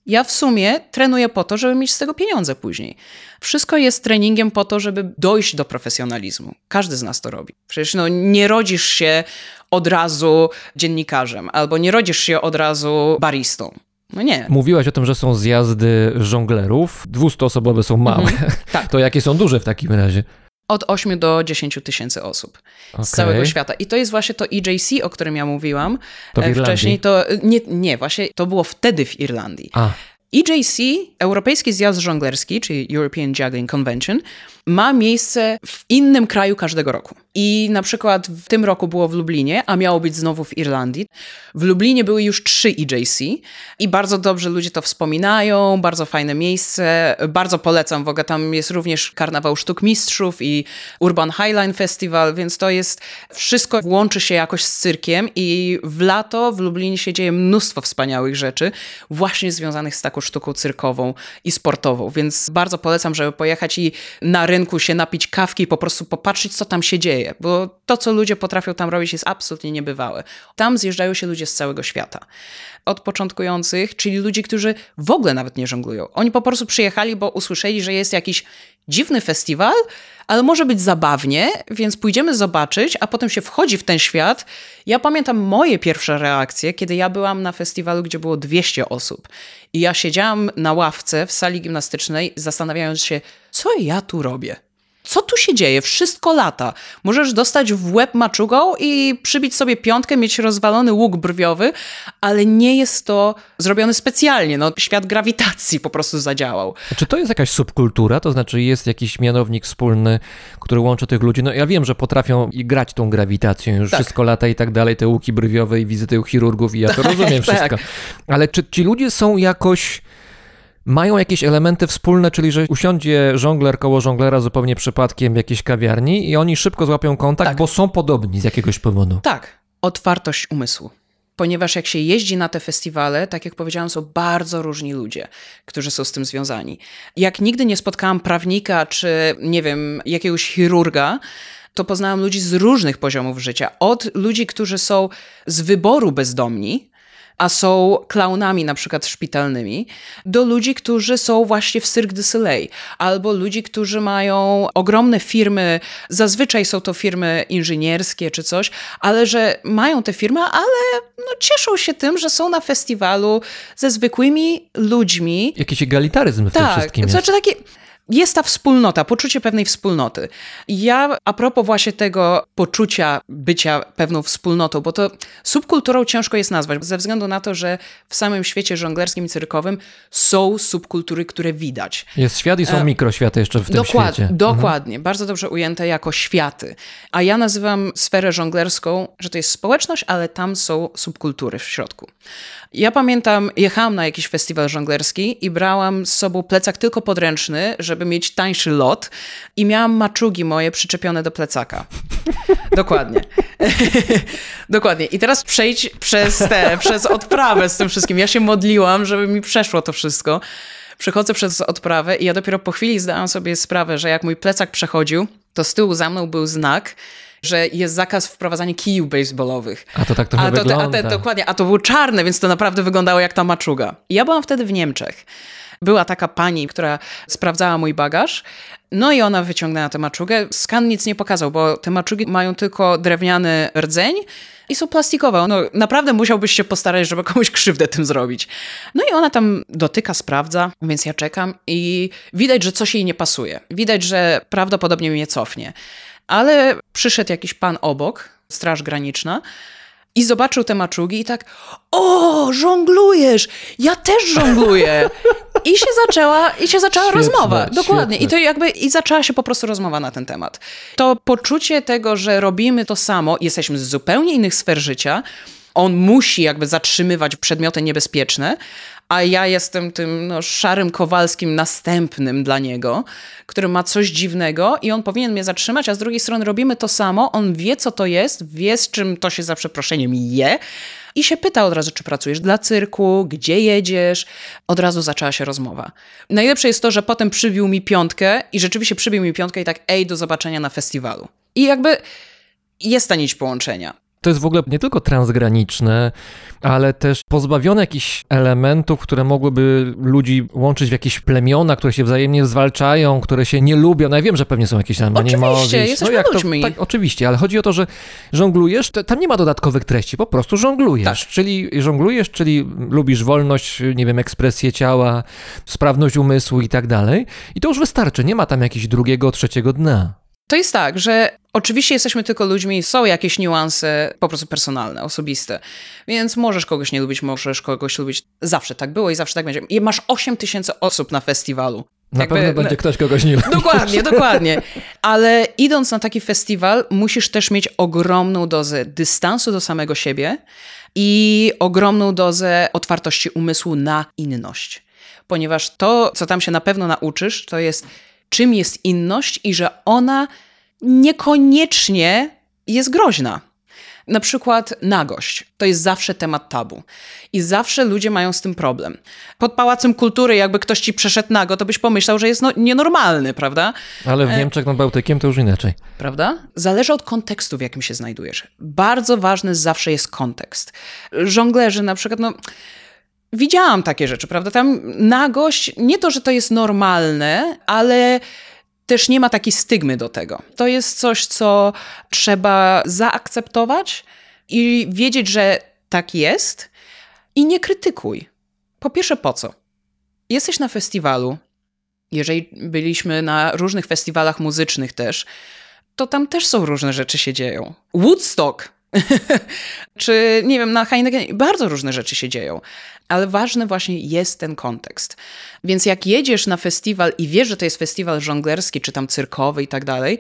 Ja w sumie trenuję po to, żeby mieć z tego pieniądze później. Wszystko jest treningiem po to, żeby dojść do profesjonalizmu. Każdy z nas to robi. Przecież no, nie rodzisz się od razu dziennikarzem, albo nie rodzisz się od razu baristą. No nie. Mówiłaś o tym, że są zjazdy żonglerów. dwustuosobowe są małe. Mhm, tak. To jakie są duże w takim razie? Od ośmiu do dziesięciu tysięcy osób okay. z całego świata. I to jest właśnie to E J C, o którym ja mówiłam. To w Irlandii? Wcześniej to, nie, nie, właśnie to było wtedy w Irlandii. A. E J C, Europejski Zjazd Żonglerski, czyli European Juggling Convention, ma miejsce w innym kraju każdego roku. I na przykład w tym roku było w Lublinie, a miało być znowu w Irlandii. W Lublinie były już trzy E J C i bardzo dobrze ludzie to wspominają, bardzo fajne miejsce, bardzo polecam, w ogóle tam jest również Karnawał Sztuk Mistrzów i Urban Highline Festival, więc to jest, wszystko łączy się jakoś z cyrkiem i w lato w Lublinie się dzieje mnóstwo wspaniałych rzeczy, właśnie związanych z taką sztuką cyrkową i sportową, więc bardzo polecam, żeby pojechać i na rynku się napić kawki i po prostu popatrzeć, co tam się dzieje, bo to, co ludzie potrafią tam robić, jest absolutnie niebywałe. Tam zjeżdżają się ludzie z całego świata. Od początkujących, czyli ludzi, którzy w ogóle nawet nie żonglują. Oni po prostu przyjechali, bo usłyszeli, że jest jakiś dziwny festiwal, ale może być zabawnie, więc pójdziemy zobaczyć, a potem się wchodzi w ten świat. Ja pamiętam moje pierwsze reakcje, kiedy ja byłam na festiwalu, gdzie było dwieście osób. I ja siedziałam na ławce w sali gimnastycznej, zastanawiając się, co ja tu robię. Co tu się dzieje? Wszystko lata. Możesz dostać w łeb maczugą i przybić sobie piątkę, mieć rozwalony łuk brwiowy, ale nie jest to zrobione specjalnie. No, świat grawitacji po prostu zadziałał. Czy to jest jakaś subkultura? To znaczy jest jakiś mianownik wspólny, który łączy tych ludzi? No ja wiem, że potrafią i grać tą grawitacją, już tak. Wszystko lata i tak dalej, te łuki brwiowe i wizyty u chirurgów i ja to tak, rozumiem tak. wszystko. Ale czy ci ludzie są jakoś... Mają jakieś elementy wspólne, czyli że usiądzie żongler koło żonglera zupełnie przypadkiem w jakiejś kawiarni i oni szybko złapią kontakt, tak. Bo są podobni z jakiegoś powodu. Tak, otwartość umysłu. Ponieważ jak się jeździ na te festiwale, tak jak powiedziałam, są bardzo różni ludzie, którzy są z tym związani. Jak nigdy nie spotkałam prawnika czy, nie wiem, jakiegoś chirurga, to poznałam ludzi z różnych poziomów życia. Od ludzi, którzy są z wyboru bezdomni, a są klaunami na przykład szpitalnymi, do ludzi, którzy są właśnie w Cirque du Soleil, albo ludzi, którzy mają ogromne firmy, zazwyczaj są to firmy inżynierskie czy coś, ale że mają te firmy, ale no, cieszą się tym, że są na festiwalu ze zwykłymi ludźmi. Jakiś egalitaryzm w tak, tym wszystkim jest. Znaczy taki... Jest ta wspólnota, poczucie pewnej wspólnoty. Ja a propos właśnie tego poczucia bycia pewną wspólnotą, bo to subkulturą ciężko jest nazwać, ze względu na to, że w samym świecie żonglerskim i cyrkowym są subkultury, które widać. Jest świat i są e... mikroświaty jeszcze w tym Dokład, świecie. Dokładnie, mhm. Bardzo dobrze ujęte jako światy. A ja nazywam sferę żonglerską, że to jest społeczność, ale tam są subkultury w środku. Ja pamiętam, jechałam na jakiś festiwal żonglerski i brałam z sobą plecak tylko podręczny, żeby mieć tańszy lot i miałam maczugi moje przyczepione do plecaka. Dokładnie. Dokładnie. I teraz przejdź przez te, przez odprawę z tym wszystkim. Ja się modliłam, żeby mi przeszło to wszystko. Przechodzę przez odprawę i ja dopiero po chwili zdałam sobie sprawę, że jak mój plecak przechodził, to z tyłu za mną był znak, że jest zakaz wprowadzania kijów baseballowych. A to tak trochę a to, wygląda. A te, dokładnie, a to było czarne, więc to naprawdę wyglądało jak ta maczuga. Ja byłam wtedy w Niemczech. Była taka pani, która sprawdzała mój bagaż, no i ona wyciągnęła tę maczugę. Skan nic nie pokazał, bo te maczugi mają tylko drewniany rdzeń i są plastikowe. No, naprawdę musiałbyś się postarać, żeby komuś krzywdę tym zrobić. No i ona tam dotyka, sprawdza, więc ja czekam i widać, że coś jej nie pasuje. Widać, że prawdopodobnie mnie cofnie. Ale przyszedł jakiś pan obok, Straż Graniczna, i zobaczył te maczugi i tak, o, żonglujesz, ja też żongluję. I się zaczęła, i się zaczęła świetne, rozmowa. Dokładnie. Świetne. I to jakby, i zaczęła się po prostu rozmowa na ten temat. To poczucie tego, że robimy to samo, jesteśmy z zupełnie innych sfer życia, on musi jakby zatrzymywać przedmioty niebezpieczne, a ja jestem tym no, szarym Kowalskim następnym dla niego, który ma coś dziwnego i on powinien mnie zatrzymać, a z drugiej strony robimy to samo, on wie, co to jest, wie, z czym to się za przeproszeniem je i się pyta od razu, czy pracujesz dla cyrku, gdzie jedziesz. Od razu zaczęła się rozmowa. Najlepsze jest to, że potem przybił mi piątkę i rzeczywiście przybił mi piątkę i tak, ej, do zobaczenia na festiwalu. I jakby jest ta nić połączenia. To jest w ogóle nie tylko transgraniczne, ale też pozbawione jakichś elementów, które mogłyby ludzi łączyć w jakieś plemiona, które się wzajemnie zwalczają, które się nie lubią. No ja wiem, że pewnie są jakieś tam Oczywiście, animozis. jesteśmy no jak ludźmi. To, tak, oczywiście, ale chodzi o to, że żonglujesz, to, tam nie ma dodatkowych treści, po prostu żonglujesz. Tak. Czyli żonglujesz, czyli lubisz wolność, nie wiem, ekspresję ciała, sprawność umysłu i tak dalej. I to już wystarczy, nie ma tam jakiegoś drugiego, trzeciego dna. To jest tak, że oczywiście jesteśmy tylko ludźmi, są jakieś niuanse po prostu personalne, osobiste, więc możesz kogoś nie lubić, możesz kogoś lubić. Zawsze tak było i zawsze tak będzie. I masz osiem tysięcy osób na festiwalu. Na Jakby, pewno będzie no, ktoś, kogoś nie lubi. Dokładnie, dokładnie. Ale idąc na taki festiwal, musisz też mieć ogromną dozę dystansu do samego siebie i ogromną dozę otwartości umysłu na inność. Ponieważ to, co tam się na pewno nauczysz, to jest czym jest inność i że ona niekoniecznie jest groźna. Na przykład nagość. To jest zawsze temat tabu. I zawsze ludzie mają z tym problem. Pod Pałacem Kultury, jakby ktoś ci przeszedł nago, to byś pomyślał, że jest no, nienormalny, prawda? Ale w Niemczech nad Bałtykiem to już inaczej. Prawda? Zależy od kontekstu, w jakim się znajdujesz. Bardzo ważny zawsze jest kontekst. Żonglerzy na przykład, no... Widziałam takie rzeczy, prawda? Tam nagość, nie to, że to jest normalne, ale też nie ma takiej stygmy do tego. To jest coś, co trzeba zaakceptować i wiedzieć, że tak jest i nie krytykuj. Po pierwsze, po co? Jesteś na festiwalu, jeżeli byliśmy na różnych festiwalach muzycznych też, to tam też są różne rzeczy się dzieją. Woodstock! Czy, nie wiem, na Heineken bardzo różne rzeczy się dzieją, ale ważny właśnie jest ten kontekst. Więc jak jedziesz na festiwal i wiesz, że to jest festiwal żonglerski, czy tam cyrkowy i tak dalej,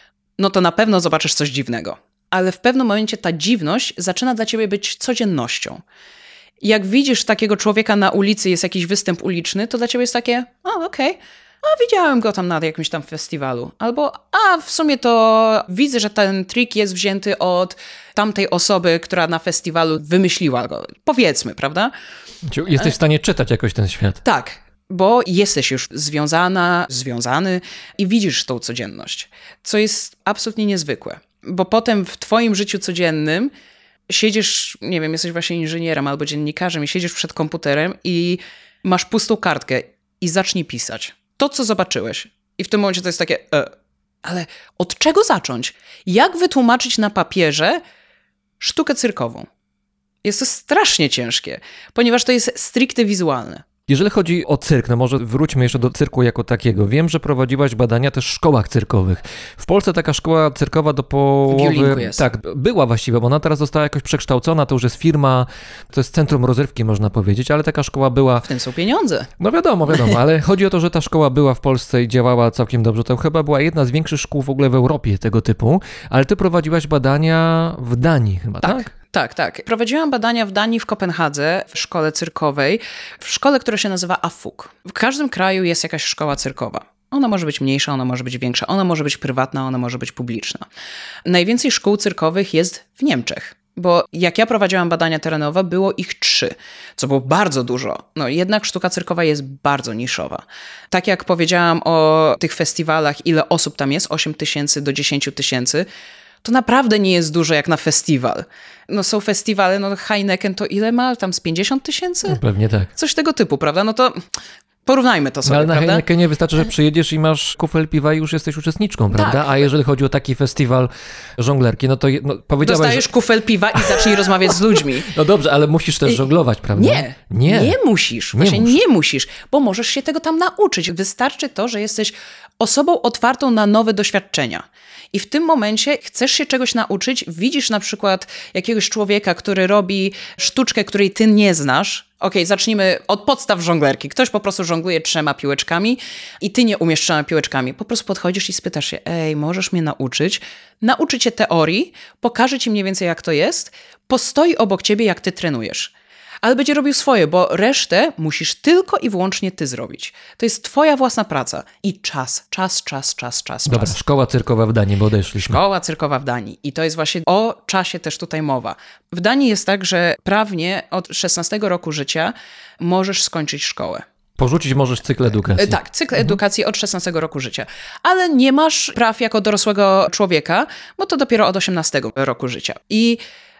no to na pewno zobaczysz coś dziwnego. Ale w pewnym momencie ta dziwność zaczyna dla ciebie być codziennością. Jak widzisz takiego człowieka na ulicy, jest jakiś występ uliczny, to dla ciebie jest takie, o, okej, okay. A widziałem go tam na jakimś tam festiwalu. Albo, a w sumie to widzę, że ten trik jest wzięty od tamtej osoby, która na festiwalu wymyśliła go. Powiedzmy, prawda? Jesteś w stanie czytać jakoś ten świat. Tak, bo jesteś już związana, związany i widzisz tą codzienność, co jest absolutnie niezwykłe. Bo potem w twoim życiu codziennym siedzisz, nie wiem, jesteś właśnie inżynierem albo dziennikarzem i siedzisz przed komputerem i masz pustą kartkę i zacznij pisać. To, co zobaczyłeś. I w tym momencie to jest takie, e, ale od czego zacząć? Jak wytłumaczyć na papierze sztukę cyrkową? Jest to strasznie ciężkie, ponieważ to jest stricte wizualne. Jeżeli chodzi o cyrk, no może wróćmy jeszcze do cyrku jako takiego. Wiem, że prowadziłaś badania też w szkołach cyrkowych. W Polsce taka szkoła cyrkowa do połowy... jest. Tak, była właściwie, bo ona teraz została jakoś przekształcona, to już jest firma, to jest centrum rozrywki, można powiedzieć, ale taka szkoła była... W tym są pieniądze. No wiadomo, wiadomo, ale chodzi o to, że ta szkoła była w Polsce i działała całkiem dobrze. To chyba była jedna z większych szkół w ogóle w Europie tego typu, ale ty prowadziłaś badania w Danii chyba, tak? Tak. Tak, tak. Prowadziłam badania w Danii, w Kopenhadze, w szkole cyrkowej, w szkole, która się nazywa A F U K. W każdym kraju jest jakaś szkoła cyrkowa. Ona może być mniejsza, ona może być większa, ona może być prywatna, ona może być publiczna. Najwięcej szkół cyrkowych jest w Niemczech. Bo jak ja prowadziłam badania terenowe, było ich trzy, co było bardzo dużo. No jednak sztuka cyrkowa jest bardzo niszowa. Tak jak powiedziałam o tych festiwalach, ile osób tam jest, osiem tysięcy do dziesięć tysięcy, to naprawdę nie jest dużo jak na festiwal. No są festiwale, no Heineken to ile ma? Tam z pięćdziesiąt tysięcy? No, pewnie tak. Coś tego typu, prawda? No to porównajmy to sobie, no, ale na prawda? Heinekenie wystarczy, że przyjedziesz i masz kufel piwa i już jesteś uczestniczką, prawda? Tak. A jeżeli chodzi o taki festiwal żonglerki, no to no, powiedziałaś... Dostajesz że... kufel piwa i zacznij rozmawiać z ludźmi. No dobrze, ale musisz też żonglować, prawda? Nie, nie, nie musisz. Nie Właśnie musisz. nie musisz, bo możesz się tego tam nauczyć. Wystarczy to, że jesteś osobą otwartą na nowe doświadczenia. I w tym momencie chcesz się czegoś nauczyć, widzisz na przykład jakiegoś człowieka, który robi sztuczkę, której ty nie znasz. Okej, zacznijmy od podstaw żonglerki. Ktoś po prostu żongluje trzema piłeczkami i ty nie umiesz trzema piłeczkami. Po prostu podchodzisz i spytasz się, ej, możesz mnie nauczyć? Nauczy cię teorii, pokaże ci mniej więcej jak to jest, postoi obok ciebie jak ty trenujesz. Ale będzie robił swoje, bo resztę musisz tylko i wyłącznie ty zrobić. To jest twoja własna praca. I czas, czas, czas, czas, czas, Dobra, czas. szkoła cyrkowa w Danii, bo odeszliśmy. Szkoła cyrkowa w Danii. I to jest właśnie o czasie też tutaj mowa. W Danii jest tak, że prawnie od szesnastego roku życia możesz skończyć szkołę. Porzucić możesz cykl edukacji. Tak, cykl edukacji od szesnastego roku życia. Ale nie masz praw jako dorosłego człowieka, bo to dopiero od osiemnastego roku życia. I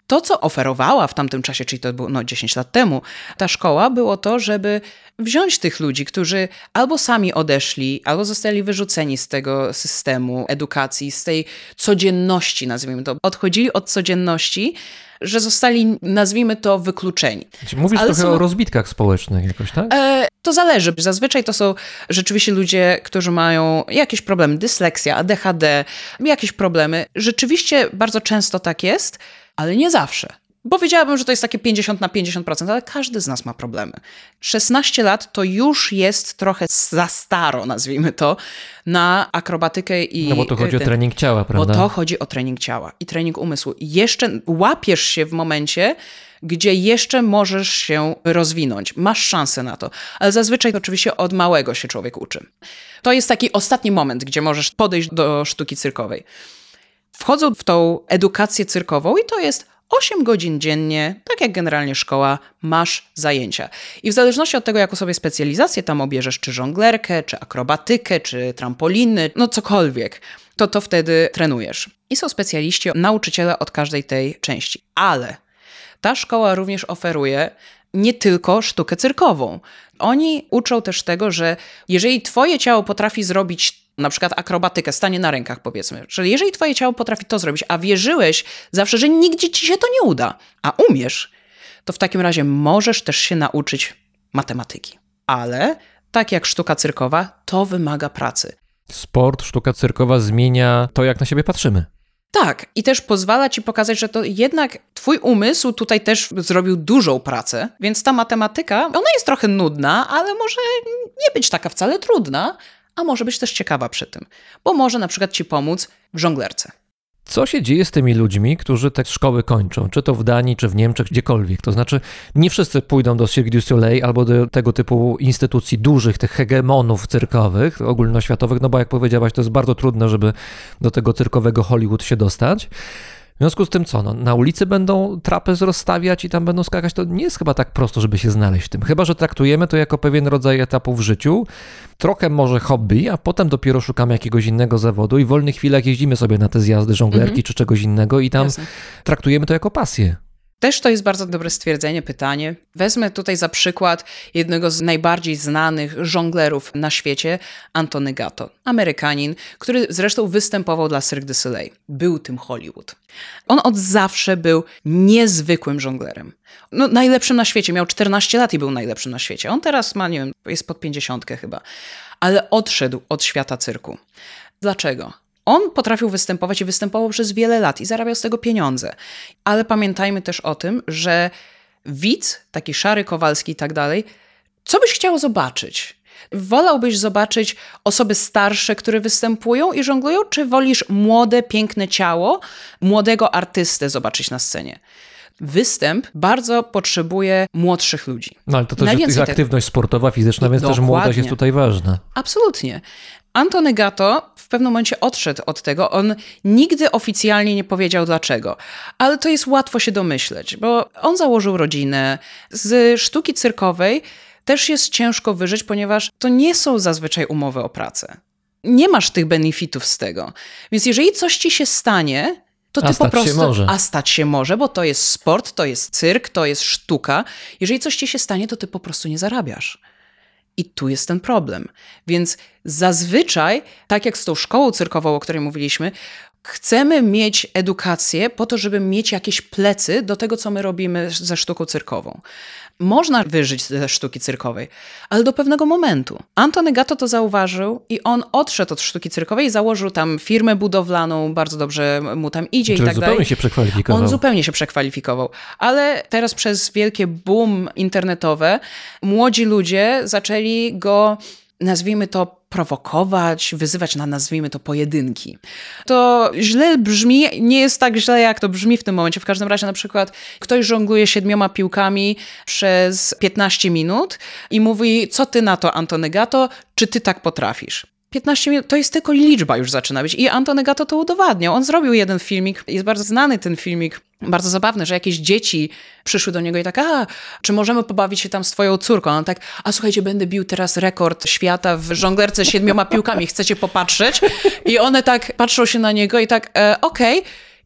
To, co oferowała w tamtym czasie, czyli to było no, dziesięć lat temu, ta szkoła, było to, żeby wziąć tych ludzi, którzy albo sami odeszli, albo zostali wyrzuceni z tego systemu edukacji, z tej codzienności, nazwijmy to. Odchodzili od codzienności, że zostali, nazwijmy to, wykluczeni. Mówisz Ale trochę są... o rozbitkach społecznych jakoś, tak? E, to zależy. Zazwyczaj to są rzeczywiście ludzie, którzy mają jakieś problemy, dysleksja, A D H D, jakieś problemy. Rzeczywiście bardzo często tak jest, ale nie zawsze. Bo wiedziałabym, że to jest takie pięćdziesiąt na pięćdziesiąt procent, ale każdy z nas ma problemy. szesnaście lat to już jest trochę za staro, nazwijmy to, na akrobatykę i... No bo to chodzi ten, o trening ciała, prawda? Bo to chodzi o trening ciała i trening umysłu. I jeszcze łapiesz się w momencie, gdzie jeszcze możesz się rozwinąć. Masz szansę na to. Ale zazwyczaj oczywiście od małego się człowiek uczy. To jest taki ostatni moment, gdzie możesz podejść do sztuki cyrkowej. Wchodzą w tą edukację cyrkową i to jest osiem godzin dziennie, tak jak generalnie szkoła, masz zajęcia. I w zależności od tego, jaką sobie specjalizację tam obierzesz, czy żonglerkę, czy akrobatykę, czy trampoliny, no cokolwiek, to to wtedy trenujesz. I są specjaliści, nauczyciele od każdej tej części. Ale ta szkoła również oferuje nie tylko sztukę cyrkową. Oni uczą też tego, że jeżeli twoje ciało potrafi zrobić na przykład akrobatykę, stanie na rękach powiedzmy, czyli jeżeli twoje ciało potrafi to zrobić, a wierzyłeś zawsze, że nigdzie ci się to nie uda, a umiesz, to w takim razie możesz też się nauczyć matematyki. Ale tak jak sztuka cyrkowa, to wymaga pracy. Sport, sztuka cyrkowa zmienia to, jak na siebie patrzymy. Tak, i też pozwala ci pokazać, że to jednak twój umysł tutaj też zrobił dużą pracę, więc ta matematyka, ona jest trochę nudna, ale może nie być taka wcale trudna, a może być też ciekawa przy tym, bo może na przykład ci pomóc w żonglerce. Co się dzieje z tymi ludźmi, którzy te szkoły kończą, czy to w Danii, czy w Niemczech, gdziekolwiek? To znaczy, nie wszyscy pójdą do Cirque du Soleil albo do tego typu instytucji dużych, tych hegemonów cyrkowych, ogólnoświatowych, no bo jak powiedziałaś, to jest bardzo trudne, żeby do tego cyrkowego Hollywood się dostać. W związku z tym co, no, na ulicy będą trapez rozstawiać i tam będą skakać, to nie jest chyba tak prosto, żeby się znaleźć w tym. Chyba że traktujemy to jako pewien rodzaj etapu w życiu, trochę może hobby, a potem dopiero szukamy jakiegoś innego zawodu i w wolnych chwilach jeździmy sobie na te zjazdy żonglerki mm-hmm. czy czegoś innego i tam Jasne. Traktujemy to jako pasję. Też to jest bardzo dobre stwierdzenie, pytanie. Wezmę tutaj za przykład jednego z najbardziej znanych żonglerów na świecie, Antony Gatto, Amerykanin, który zresztą występował dla Cirque du Soleil. Był tym Hollywood. On od zawsze był niezwykłym żonglerem. No, najlepszym na świecie. Miał czternaście lat i był najlepszym na świecie. On teraz ma, nie wiem, jest pod pięćdziesiątkę chyba. Ale odszedł od świata cyrku. Dlaczego? On potrafił występować i występował przez wiele lat i zarabiał z tego pieniądze. Ale pamiętajmy też o tym, że widz, taki Szary Kowalski i tak dalej, co byś chciał zobaczyć? Wolałbyś zobaczyć osoby starsze, które występują i żonglują, czy wolisz młode, piękne ciało, młodego artystę zobaczyć na scenie? Występ bardzo potrzebuje młodszych ludzi. No ale to też jest aktywność te... sportowa, fizyczna, więc Dokładnie. Też młodość jest tutaj ważna. Absolutnie. Antony Gatto w pewnym momencie odszedł od tego. On nigdy oficjalnie nie powiedział dlaczego. Ale to jest łatwo się domyśleć, bo on założył rodzinę. Z sztuki cyrkowej też jest ciężko wyżyć, ponieważ to nie są zazwyczaj umowy o pracę. Nie masz tych benefitów z tego. Więc jeżeli coś ci się stanie, to ty a po prostu... Się może. A stać się może, bo to jest sport, to jest cyrk, to jest sztuka. Jeżeli coś ci się stanie, to ty po prostu nie zarabiasz. I tu jest ten problem. Więc zazwyczaj, tak jak z tą szkołą cyrkową, o której mówiliśmy, chcemy mieć edukację po to, żeby mieć jakieś plecy do tego, co my robimy ze sztuką cyrkową. Można wyżyć ze sztuki cyrkowej, ale do pewnego momentu. Antony Gatto to zauważył i on odszedł od sztuki cyrkowej i założył tam firmę budowlaną, bardzo dobrze mu tam idzie Czyli i tak zupełnie dalej. się przekwalifikował. On zupełnie się przekwalifikował. Ale teraz przez wielkie boom internetowe młodzi ludzie zaczęli go, nazwijmy to, prowokować, wyzywać na, nazwijmy to, pojedynki. To źle brzmi, nie jest tak źle, jak to brzmi w tym momencie. W każdym razie na przykład ktoś żongluje siedmioma piłkami przez piętnaście minut i mówi, co ty na to, Antony Gatto, czy ty tak potrafisz? piętnaście minut to jest tylko liczba już zaczyna być. I Antony Gatto to udowadniał. On zrobił jeden filmik, jest bardzo znany ten filmik, bardzo zabawny, że jakieś dzieci przyszły do niego i tak, a czy możemy pobawić się tam z twoją córką? A on tak, a słuchajcie, będę bił teraz rekord świata w żonglerce siedmioma piłkami, chcecie popatrzeć? I one tak patrzą się na niego i tak, e, okej. Okay.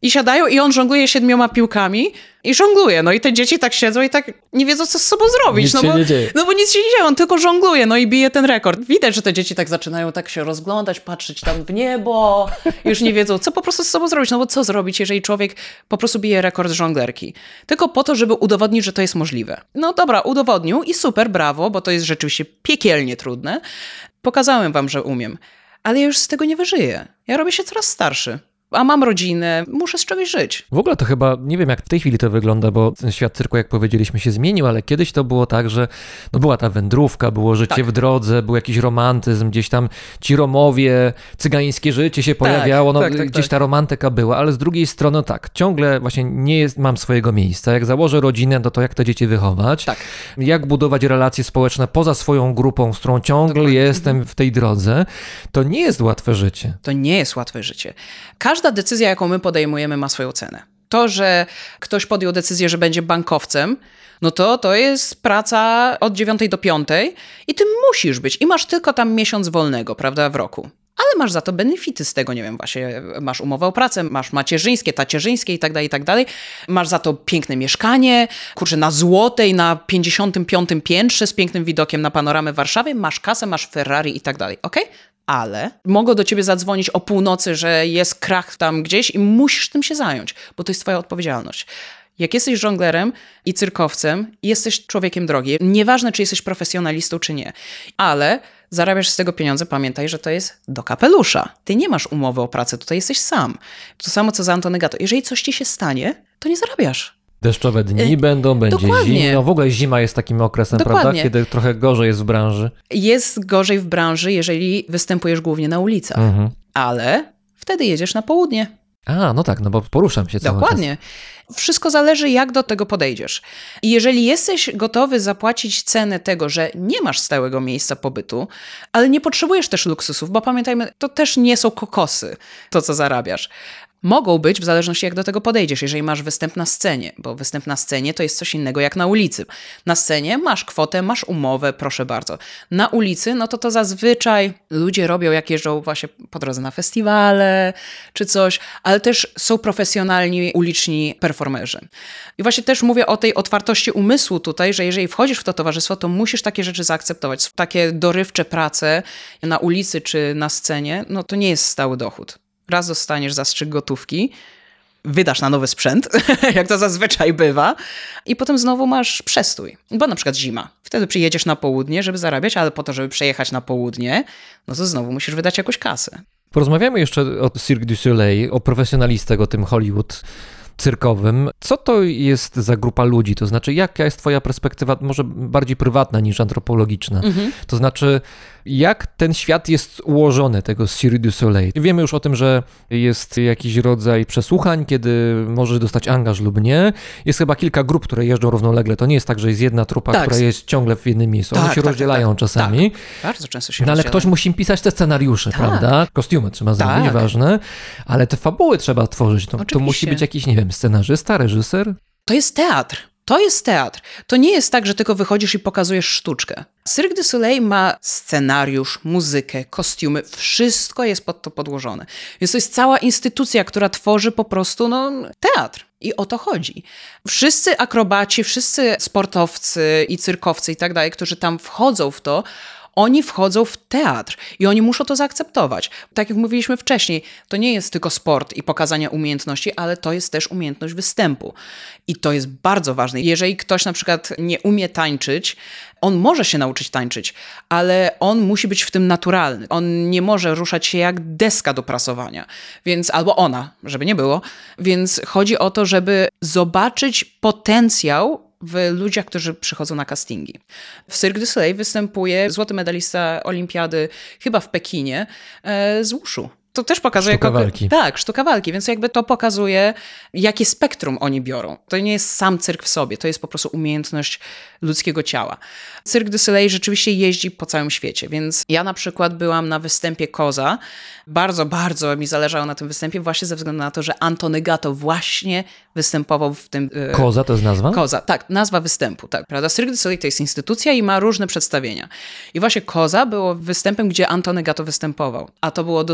I siadają i on żongluje siedmioma piłkami i żongluje. No i te dzieci tak siedzą i tak nie wiedzą, co z sobą zrobić. Nic no, się bo, nie dzieje. no bo nic się nie dzieje, on tylko żongluje, no i bije ten rekord. Widać, że te dzieci tak zaczynają tak się rozglądać, patrzeć tam w niebo, już nie wiedzą, co po prostu z sobą zrobić. No bo co zrobić, jeżeli człowiek po prostu bije rekord żonglerki? Tylko po to, żeby udowodnić, że to jest możliwe. No dobra, udowodnił i super, brawo, bo to jest rzeczywiście piekielnie trudne. Pokazałem wam, że umiem. Ale ja już z tego nie wyżyję. Ja robię się coraz starszy. A mam rodzinę, muszę z czegoś żyć. W ogóle to chyba, nie wiem jak w tej chwili to wygląda, bo ten świat cyrku, jak powiedzieliśmy, się zmienił, ale kiedyś to było tak, że no była ta wędrówka, było życie Tak. w drodze, był jakiś romantyzm, gdzieś tam ci Romowie, cygańskie życie się pojawiało, no tak, tak, gdzieś tak. ta romantyka była, ale z drugiej strony tak, ciągle właśnie nie jest, mam swojego miejsca. Jak założę rodzinę, to to jak te dzieci wychować, Tak. jak budować relacje społeczne poza swoją grupą, z którą ciągle Dokładnie. jestem w tej drodze, to nie jest łatwe życie. To nie jest łatwe życie. Każda decyzja, jaką my podejmujemy, ma swoją cenę. To, że ktoś podjął decyzję, że będzie bankowcem, no to to jest praca od dziewiątej do piątej i ty musisz być. I masz tylko tam miesiąc wolnego, prawda, w roku. Ale masz za to benefity z tego, nie wiem, właśnie masz umowę o pracę, masz macierzyńskie, tacierzyńskie i tak dalej, i tak dalej. Masz za to piękne mieszkanie, kurczę, na Złotej, na pięćdziesiątym piątym piętrze z pięknym widokiem na panoramę Warszawy, masz kasę, masz Ferrari i tak dalej, okej? Ale mogą do ciebie zadzwonić o północy, że jest krach tam gdzieś i musisz tym się zająć, bo to jest twoja odpowiedzialność. Jak jesteś żonglerem i cyrkowcem, jesteś człowiekiem drogi. Nieważne, czy jesteś profesjonalistą, czy nie. Ale zarabiasz z tego pieniądze, pamiętaj, że to jest do kapelusza. Ty nie masz umowy o pracę, tutaj jesteś sam. To samo co za Antony Gatto. Jeżeli coś ci się stanie, to nie zarabiasz. Deszczowe dni Y, będą, będzie dokładnie. zimno. W ogóle zima jest takim okresem, Dokładnie. prawda? Kiedy trochę gorzej jest w branży. Jest gorzej w branży, jeżeli występujesz głównie na ulicach. Mhm. Ale wtedy jedziesz na południe. A, no tak, no bo poruszam się cały Dokładnie. Wszystko zależy, jak do tego podejdziesz. I jeżeli jesteś gotowy zapłacić cenę tego, że nie masz stałego miejsca pobytu, ale nie potrzebujesz też luksusów, bo pamiętajmy, to też nie są kokosy, to co zarabiasz. Mogą być, w zależności jak do tego podejdziesz, jeżeli masz występ na scenie, bo występ na scenie to jest coś innego jak na ulicy. Na scenie masz kwotę, masz umowę, proszę bardzo. Na ulicy, no to to zazwyczaj ludzie robią, jak jeżdżą właśnie po drodze na festiwale czy coś, ale też są profesjonalni, uliczni performerzy. I właśnie też mówię o tej otwartości umysłu tutaj, że jeżeli wchodzisz w to towarzystwo, to musisz takie rzeczy zaakceptować. Takie dorywcze prace na ulicy czy na scenie, no to nie jest stały dochód. Raz dostaniesz zastrzyk gotówki, wydasz na nowy sprzęt, jak to zazwyczaj bywa, i potem znowu masz przestój. Bo na przykład zima. Wtedy przyjedziesz na południe, żeby zarabiać, ale po to, żeby przejechać na południe, no to znowu musisz wydać jakąś kasę. Porozmawiamy jeszcze o Cirque du Soleil, o profesjonalistach, o tym Hollywood cyrkowym. Co to jest za grupa ludzi? To znaczy, jaka jest twoja perspektywa, może bardziej prywatna niż antropologiczna? Mhm. To znaczy, jak ten świat jest ułożony, tego Cirque du Soleil? Wiemy już o tym, że jest jakiś rodzaj przesłuchań, kiedy możesz dostać angaż lub nie. Jest chyba kilka grup, które jeżdżą równolegle. To nie jest tak, że jest jedna trupa, tak. która jest ciągle w jednym miejscu. One tak, się tak, rozdzielają tak, czasami. Tak. Bardzo często się No ale rozdzielają. ktoś musi pisać te scenariusze, Tak. prawda? Kostiumy trzeba zrobić, Tak. ważne. Ale te fabuły trzeba tworzyć. To, to Oczywiście. musi być jakiś, nie wiem, scenarzysta, reżyser? To jest teatr. To jest teatr. To nie jest tak, że tylko wychodzisz i pokazujesz sztuczkę. Cirque du Soleil ma scenariusz, muzykę, kostiumy. Wszystko jest pod to podłożone. Więc to jest cała instytucja, która tworzy po prostu no, teatr. I o to chodzi. Wszyscy akrobaci, wszyscy sportowcy i cyrkowcy i tak dalej, którzy tam wchodzą w to, oni wchodzą w teatr i oni muszą to zaakceptować. Tak jak mówiliśmy wcześniej, to nie jest tylko sport i pokazanie umiejętności, ale to jest też umiejętność występu. I to jest bardzo ważne. Jeżeli ktoś na przykład nie umie tańczyć, on może się nauczyć tańczyć, ale on musi być w tym naturalny. On nie może ruszać się jak deska do prasowania. Więc albo ona, żeby nie było. Więc chodzi o to, żeby zobaczyć potencjał w ludziach, którzy przychodzą na castingi. W Cirque du Soleil występuje złoty medalista olimpiady, chyba w Pekinie, e, z wushu. To też pokazuje... Sztuka jako, walki. Tak, sztuka walki, więc jakby to pokazuje, jakie spektrum oni biorą. To nie jest sam cyrk w sobie, to jest po prostu umiejętność ludzkiego ciała. Cirque du Soleil rzeczywiście jeździ po całym świecie, więc ja na przykład byłam na występie Koza. Bardzo, bardzo mi zależało na tym występie, właśnie ze względu na to, że Antony Gatto właśnie występował w tym... e, Koza to jest nazwa? Koza, tak, nazwa występu, tak, prawda? Cirque du Soleil to jest instytucja i ma różne przedstawienia. I właśnie Koza było występem, gdzie Antony Gatto występował. A to było dosłownie chyba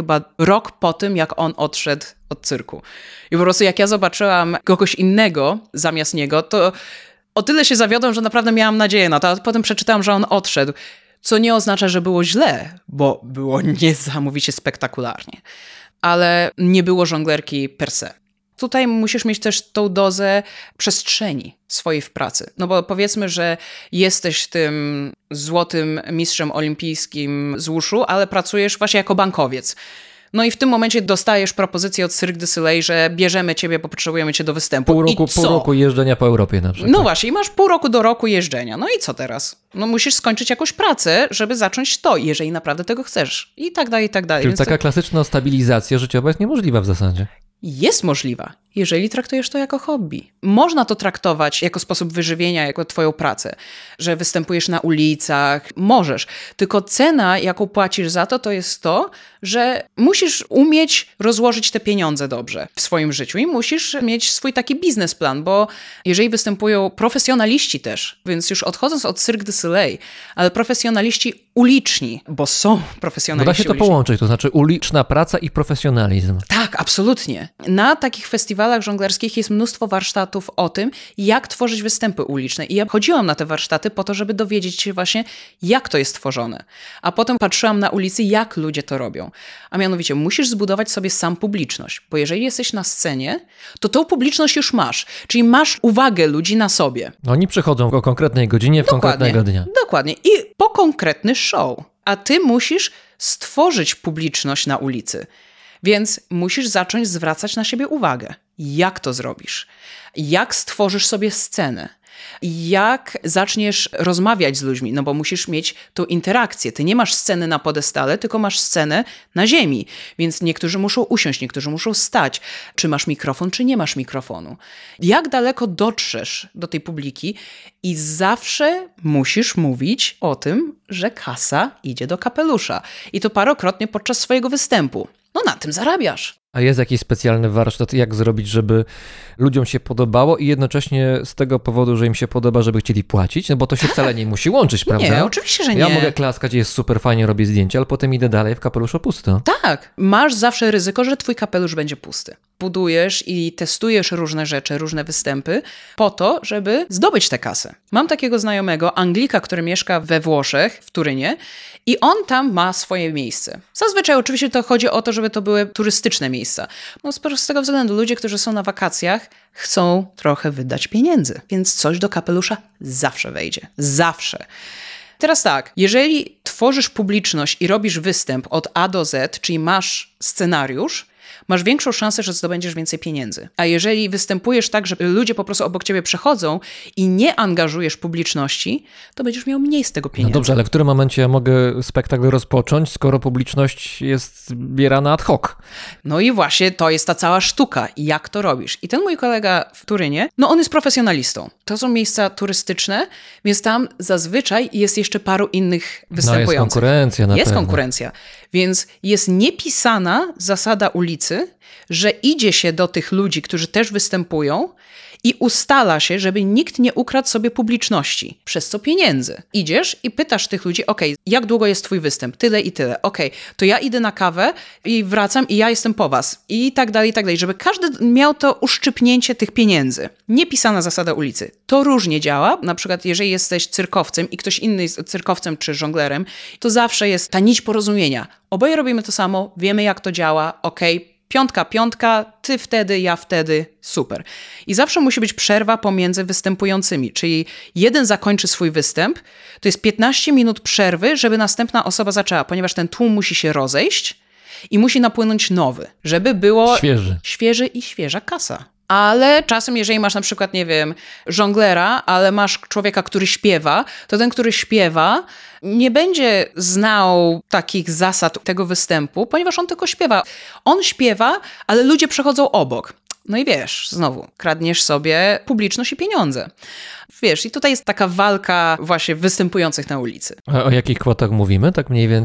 chyba rok po tym, jak on odszedł od cyrku. I po prostu jak ja zobaczyłam kogoś innego zamiast niego, to o tyle się zawiodłam, że naprawdę miałam nadzieję na to, a potem przeczytałam, że on odszedł. Co nie oznacza, że było źle, bo było niesamowicie spektakularnie. Ale nie było żonglerki per se. Tutaj musisz mieć też tą dozę przestrzeni swojej w pracy. No bo powiedzmy, że jesteś tym złotym mistrzem olimpijskim z wushu, ale pracujesz właśnie jako bankowiec. No i w tym momencie dostajesz propozycję od Cirque du Soleil, że bierzemy ciebie, bo potrzebujemy cię do występu. Pół roku, I co? pół roku jeżdżenia po Europie na przykład. No właśnie, i masz pół roku do roku jeżdżenia. No i co teraz? No musisz skończyć jakąś pracę, żeby zacząć to, jeżeli naprawdę tego chcesz. I tak dalej, i tak dalej. Czyli Więc taka to klasyczna stabilizacja życiowa jest niemożliwa w zasadzie. jest możliwa, jeżeli traktujesz to jako hobby. Można to traktować jako sposób wyżywienia, jako twoją pracę, że występujesz na ulicach, możesz. Tylko cena, jaką płacisz za to, to jest to, że musisz umieć rozłożyć te pieniądze dobrze w swoim życiu i musisz mieć swój taki biznesplan, bo jeżeli występują profesjonaliści też, więc już odchodząc od Cirque du Soleil, ale profesjonaliści uliczni, bo są Bo profesjonaliści da się to uliczni. połączyć, to znaczy uliczna praca i profesjonalizm. Tak, absolutnie. Na takich festiwalach żonglerskich jest mnóstwo warsztatów o tym, jak tworzyć występy uliczne. I ja chodziłam na te warsztaty po to, żeby dowiedzieć się właśnie, jak to jest tworzone. A potem patrzyłam na ulicy, jak ludzie to robią. A mianowicie musisz zbudować sobie sam publiczność, bo jeżeli jesteś na scenie, to tą publiczność już masz. Czyli masz uwagę ludzi na sobie. Oni przychodzą o konkretnej godzinie w konkretnego dnia. Dokładnie. I po konkretny show. A ty musisz stworzyć publiczność na ulicy. Więc musisz zacząć zwracać na siebie uwagę. Jak to zrobisz? Jak stworzysz sobie scenę? Jak zaczniesz rozmawiać z ludźmi? No bo musisz mieć tą interakcję. Ty nie masz sceny na podestale, tylko masz scenę na ziemi. Więc niektórzy muszą usiąść, niektórzy muszą stać. Czy masz mikrofon, czy nie masz mikrofonu? Jak daleko dotrzesz do tej publiki? I zawsze musisz mówić o tym, że kasa idzie do kapelusza. I to parokrotnie podczas swojego występu. No na tym zarabiasz. A jest jakiś specjalny warsztat, jak zrobić, żeby ludziom się podobało i jednocześnie z tego powodu, że im się podoba, żeby chcieli płacić? No bo to się wcale nie musi łączyć, prawda? Nie, oczywiście, że nie. Ja mogę klaskać, jest super fajnie, robię zdjęcia, ale potem idę dalej w kapeluszu pusto. Tak, masz zawsze ryzyko, że twój kapelusz będzie pusty. Budujesz i testujesz różne rzeczy, różne występy po to, żeby zdobyć tę kasę. Mam takiego znajomego, Anglika, który mieszka we Włoszech, w Turynie i on tam ma swoje miejsce. Zazwyczaj oczywiście to chodzi o to, żeby to były turystyczne miejsca. No z prostego względu ludzie, którzy są na wakacjach, chcą trochę wydać pieniędzy, więc coś do kapelusza zawsze wejdzie. Zawsze. Teraz tak, jeżeli tworzysz publiczność i robisz występ od A do Z, czyli masz scenariusz, masz większą szansę, że zdobędziesz więcej pieniędzy. A jeżeli występujesz tak, że ludzie po prostu obok ciebie przechodzą i nie angażujesz publiczności, to będziesz miał mniej z tego No pieniędzy. dobrze, ale w którym momencie ja mogę spektakl rozpocząć, skoro publiczność jest bierana ad hoc? No i właśnie to jest ta cała sztuka. Jak to robisz? I ten mój kolega w Turynie, no on jest profesjonalistą. To są miejsca turystyczne, więc tam zazwyczaj jest jeszcze paru innych No występujących. jest konkurencja na Jest pewno. konkurencja. Więc jest niepisana zasada ulicy, że idzie się do tych ludzi, którzy też występują i ustala się, żeby nikt nie ukradł sobie publiczności. Przez co pieniędzy. Idziesz i pytasz tych ludzi, okej, jak długo jest twój występ? Tyle i tyle. Okej, to ja idę na kawę i wracam i ja jestem po was. I tak dalej, i tak dalej. Żeby każdy miał to uszczypnięcie tych pieniędzy. Niepisana zasada ulicy. To różnie działa. Na przykład jeżeli jesteś cyrkowcem i ktoś inny jest cyrkowcem czy żonglerem, to zawsze jest ta nić porozumienia. Oboje robimy to samo, wiemy jak to działa, okej, piątka, piątka, ty wtedy, ja wtedy, super. I zawsze musi być przerwa pomiędzy występującymi, czyli jeden zakończy swój występ, to jest piętnaście minut przerwy, żeby następna osoba zaczęła, ponieważ ten tłum musi się rozejść i musi napłynąć nowy, żeby było Świeży. świeży i świeża kasa. Ale czasem, jeżeli masz na przykład, nie wiem, żonglera, ale masz człowieka, który śpiewa, to ten, który śpiewa, nie będzie znał takich zasad tego występu, ponieważ on tylko śpiewa. On śpiewa, ale ludzie przechodzą obok. No i wiesz, znowu, kradniesz sobie publiczność i pieniądze. Wiesz, i tutaj jest taka walka właśnie występujących na ulicy. A o jakich kwotach mówimy, tak mniej więcej?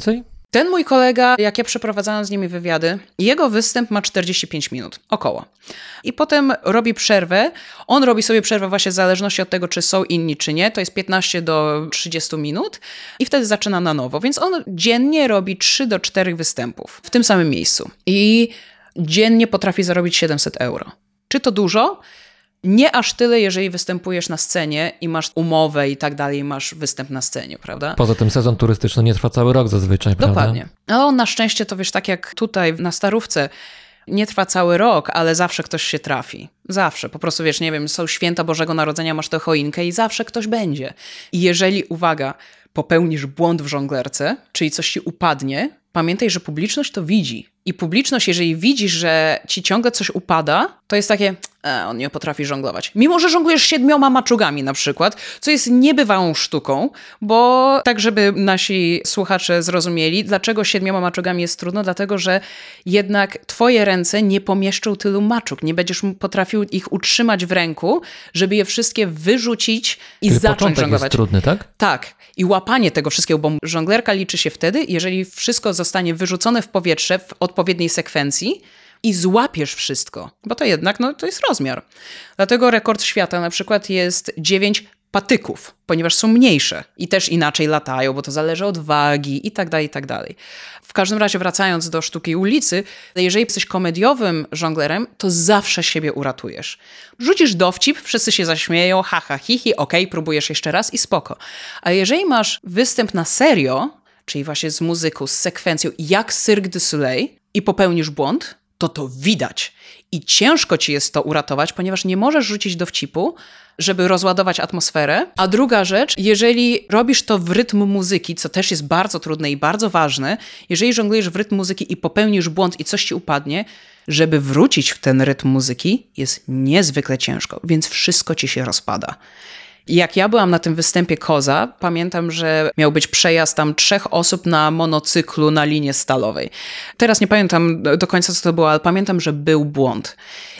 Ten mój kolega, jak ja przeprowadzałam z nimi wywiady, jego występ ma czterdzieści pięć minut, około. I potem robi przerwę. On robi sobie przerwę właśnie w zależności od tego, czy są inni, czy nie. To jest piętnaście do trzydziestu minut i wtedy zaczyna na nowo. Więc on dziennie robi trzy do czterech występów w tym samym miejscu. I dziennie potrafi zarobić siedemset euro. Czy to dużo? Nie aż tyle, jeżeli występujesz na scenie i masz umowę i tak dalej, masz występ na scenie, prawda? Poza tym sezon turystyczny nie trwa cały rok zazwyczaj, prawda? Dokładnie. A on na szczęście to wiesz, tak jak tutaj na Starówce, nie trwa cały rok, ale zawsze ktoś się trafi. Zawsze. Po prostu wiesz, nie wiem, są święta Bożego Narodzenia, masz tę choinkę i zawsze ktoś będzie. I jeżeli, uwaga, popełnisz błąd w żonglerce, czyli coś ci upadnie, pamiętaj, że publiczność to widzi. I publiczność, jeżeli widzi, że ci ciągle coś upada, to jest takie, e, on nie potrafi żonglować. Mimo, że żonglujesz siedmioma maczugami na przykład, co jest niebywałą sztuką, bo tak, żeby nasi słuchacze zrozumieli, dlaczego siedmioma maczugami jest trudno, dlatego, że jednak twoje ręce nie pomieszczą tylu maczug. Nie będziesz potrafił ich utrzymać w ręku, żeby je wszystkie wyrzucić i Czyli zacząć początek żonglować. jest trudny, tak? Tak. I łapanie tego wszystkiego, bo żonglerka liczy się wtedy, jeżeli wszystko zostanie wyrzucone w powietrze w odpowiedniej sekwencji i złapiesz wszystko, bo to jednak no, to jest rozmiar. Dlatego rekord świata na przykład jest dziewięć patyków, ponieważ są mniejsze i też inaczej latają, bo to zależy od wagi i tak dalej, i tak dalej. W każdym razie wracając do sztuki ulicy, jeżeli jesteś komediowym żonglerem, to zawsze siebie uratujesz. Rzucisz dowcip, wszyscy się zaśmieją, ha, ha, hi, hi, okej, okay, próbujesz jeszcze raz i spoko. A jeżeli masz występ na serio, czyli właśnie z muzyką, z sekwencją, jak Cirque du Soleil i popełnisz błąd, to to widać. I ciężko ci jest to uratować, ponieważ nie możesz rzucić dowcipu, żeby rozładować atmosferę. A druga rzecz, jeżeli robisz to w rytm muzyki, co też jest bardzo trudne i bardzo ważne, jeżeli żonglujesz w rytm muzyki i popełnisz błąd i coś ci upadnie, żeby wrócić w ten rytm muzyki jest niezwykle ciężko, więc wszystko ci się rozpada. Jak ja byłam na tym występie Koza, pamiętam, że miał być przejazd tam trzech osób na monocyklu na linie stalowej. Teraz nie pamiętam do końca, co to było, ale pamiętam, że był błąd.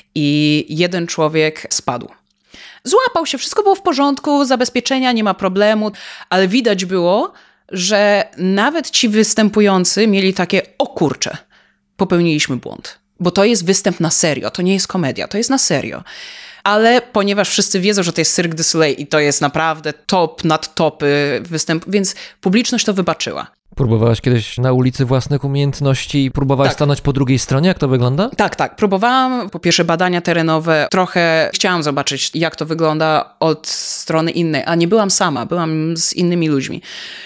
I jeden człowiek spadł. Złapał się, wszystko było w porządku, zabezpieczenia, nie ma problemu, ale widać było, że nawet ci występujący mieli takie, o kurczę, popełniliśmy błąd. Bo to jest występ na serio, to nie jest komedia, to jest na serio. Ale ponieważ wszyscy wiedzą, że to jest Cirque du Soleil i to jest naprawdę top nad topy występ, więc publiczność to wybaczyła. Próbowałaś kiedyś na ulicy własnych umiejętności i próbowałaś Tak. stanąć po drugiej stronie? Jak to wygląda? Tak, tak. Próbowałam, po pierwsze badania terenowe, trochę chciałam zobaczyć, jak to wygląda od strony innej, a nie byłam sama, byłam z innymi ludźmi.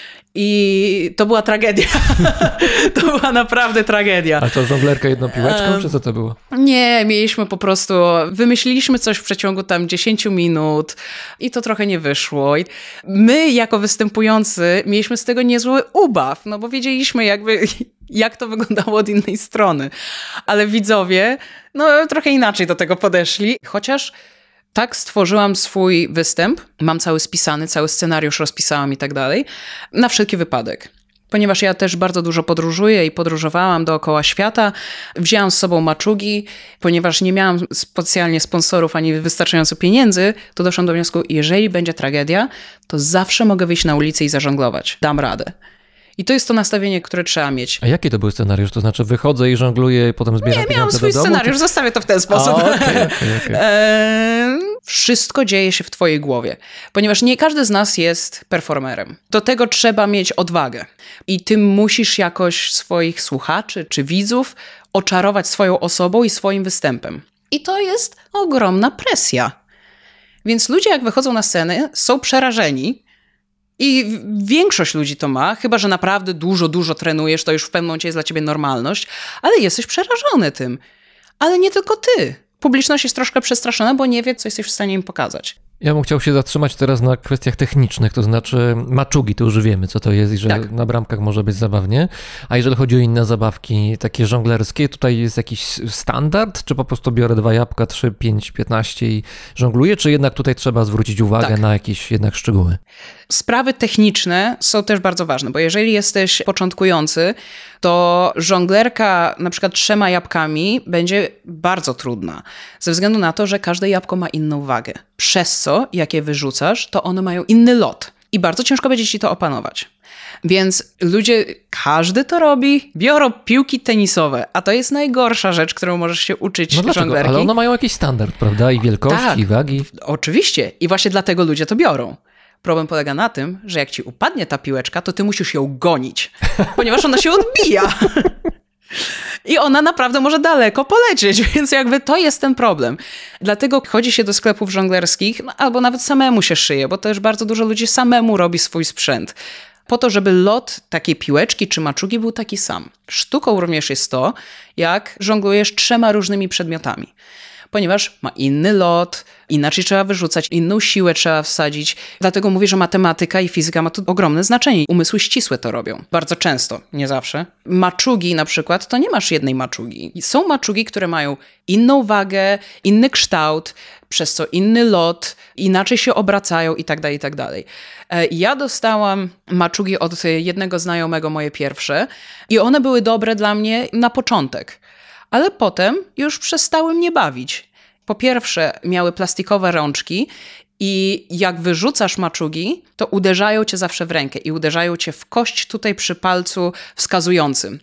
I to była tragedia. To była naprawdę tragedia. A to żonglerka jedną piłeczką, um, czy co to było? Nie, mieliśmy po prostu, wymyśliliśmy coś w przeciągu tam dziesięciu minut i to trochę nie wyszło. I my jako występujący mieliśmy z tego niezły ubaw, no bo wiedzieliśmy jakby, jak to wyglądało od innej strony. Ale widzowie, no trochę inaczej do tego podeszli, chociaż tak stworzyłam swój występ, mam cały spisany, cały scenariusz rozpisałam i tak dalej, na wszelki wypadek. Ponieważ ja też bardzo dużo podróżuję i podróżowałam dookoła świata, wzięłam z sobą maczugi, ponieważ nie miałam specjalnie sponsorów ani wystarczająco pieniędzy, to doszłam do wniosku, jeżeli będzie tragedia, to zawsze mogę wyjść na ulicę i zażonglować. Dam radę. I to jest to nastawienie, które trzeba mieć. A jaki to był scenariusz? To znaczy wychodzę i żongluję i potem zbieram nie, pieniądze do domu? Nie, miałam swój scenariusz, czy... zostawię to w ten sposób. A, okay, okay, okay. eee, wszystko dzieje się w twojej głowie, ponieważ nie każdy z nas jest performerem. Do tego trzeba mieć odwagę. I ty musisz jakoś swoich słuchaczy czy widzów oczarować swoją osobą i swoim występem. I to jest ogromna presja. Więc ludzie jak wychodzą na scenę, są przerażeni. I większość ludzi to ma, chyba że naprawdę dużo, dużo trenujesz, to już w pewnym momencie jest dla ciebie normalność, ale jesteś przerażony tym. Ale nie tylko ty. Publiczność jest troszkę przestraszona, bo nie wie, co jesteś w stanie im pokazać. Ja bym chciał się zatrzymać teraz na kwestiach technicznych, to znaczy maczugi, to już wiemy, co to jest i że tak. Na bramkach może być zabawnie. A jeżeli chodzi o inne zabawki, takie żonglerskie, tutaj jest jakiś standard? Czy po prostu biorę dwa jabłka, trzy, pięć, piętnaście i żongluję? Czy jednak tutaj trzeba zwrócić uwagę tak. na jakieś jednak szczegóły? Sprawy techniczne są też bardzo ważne, bo jeżeli jesteś początkujący, to żonglerka na przykład trzema jabłkami będzie bardzo trudna. Ze względu na to, że każde jabłko ma inną wagę. Przez co, jak je wyrzucasz, to one mają inny lot. i bardzo ciężko będzie ci to opanować. Więc ludzie, każdy to robi, biorą piłki tenisowe, a to jest najgorsza rzecz, którą możesz się uczyć No dlaczego? żonglerki. Ale one mają jakiś standard, prawda? I wielkości, Tak. i wagi. Oczywiście. I właśnie dlatego ludzie to biorą. Problem polega na tym, że jak ci upadnie ta piłeczka, to ty musisz ją gonić, ponieważ ona się odbija. I ona naprawdę może daleko polecieć, więc jakby to jest ten problem. Dlatego chodzi się do sklepów żonglerskich, no, albo nawet samemu się szyje, bo też bardzo dużo ludzi samemu robi swój sprzęt. Po to, żeby lot takiej piłeczki czy maczugi był taki sam. Sztuką również jest to, jak żonglujesz trzema różnymi przedmiotami. Ponieważ ma inny lot, inaczej trzeba wyrzucać, inną siłę trzeba wsadzić. Dlatego mówię, że matematyka i fizyka ma tu ogromne znaczenie. Umysły ścisłe to robią. Bardzo często, nie zawsze. Maczugi na przykład, to nie masz jednej maczugi. Są maczugi, które mają inną wagę, inny kształt, przez co inny lot, inaczej się obracają i tak dalej, i tak dalej. Ja dostałam maczugi od jednego znajomego, moje pierwsze, i one były dobre dla mnie na początek. Ale potem już przestały mnie bawić. Po pierwsze, miały plastikowe rączki i jak wyrzucasz maczugi, to uderzają cię zawsze w rękę i uderzają cię w kość tutaj przy palcu wskazującym.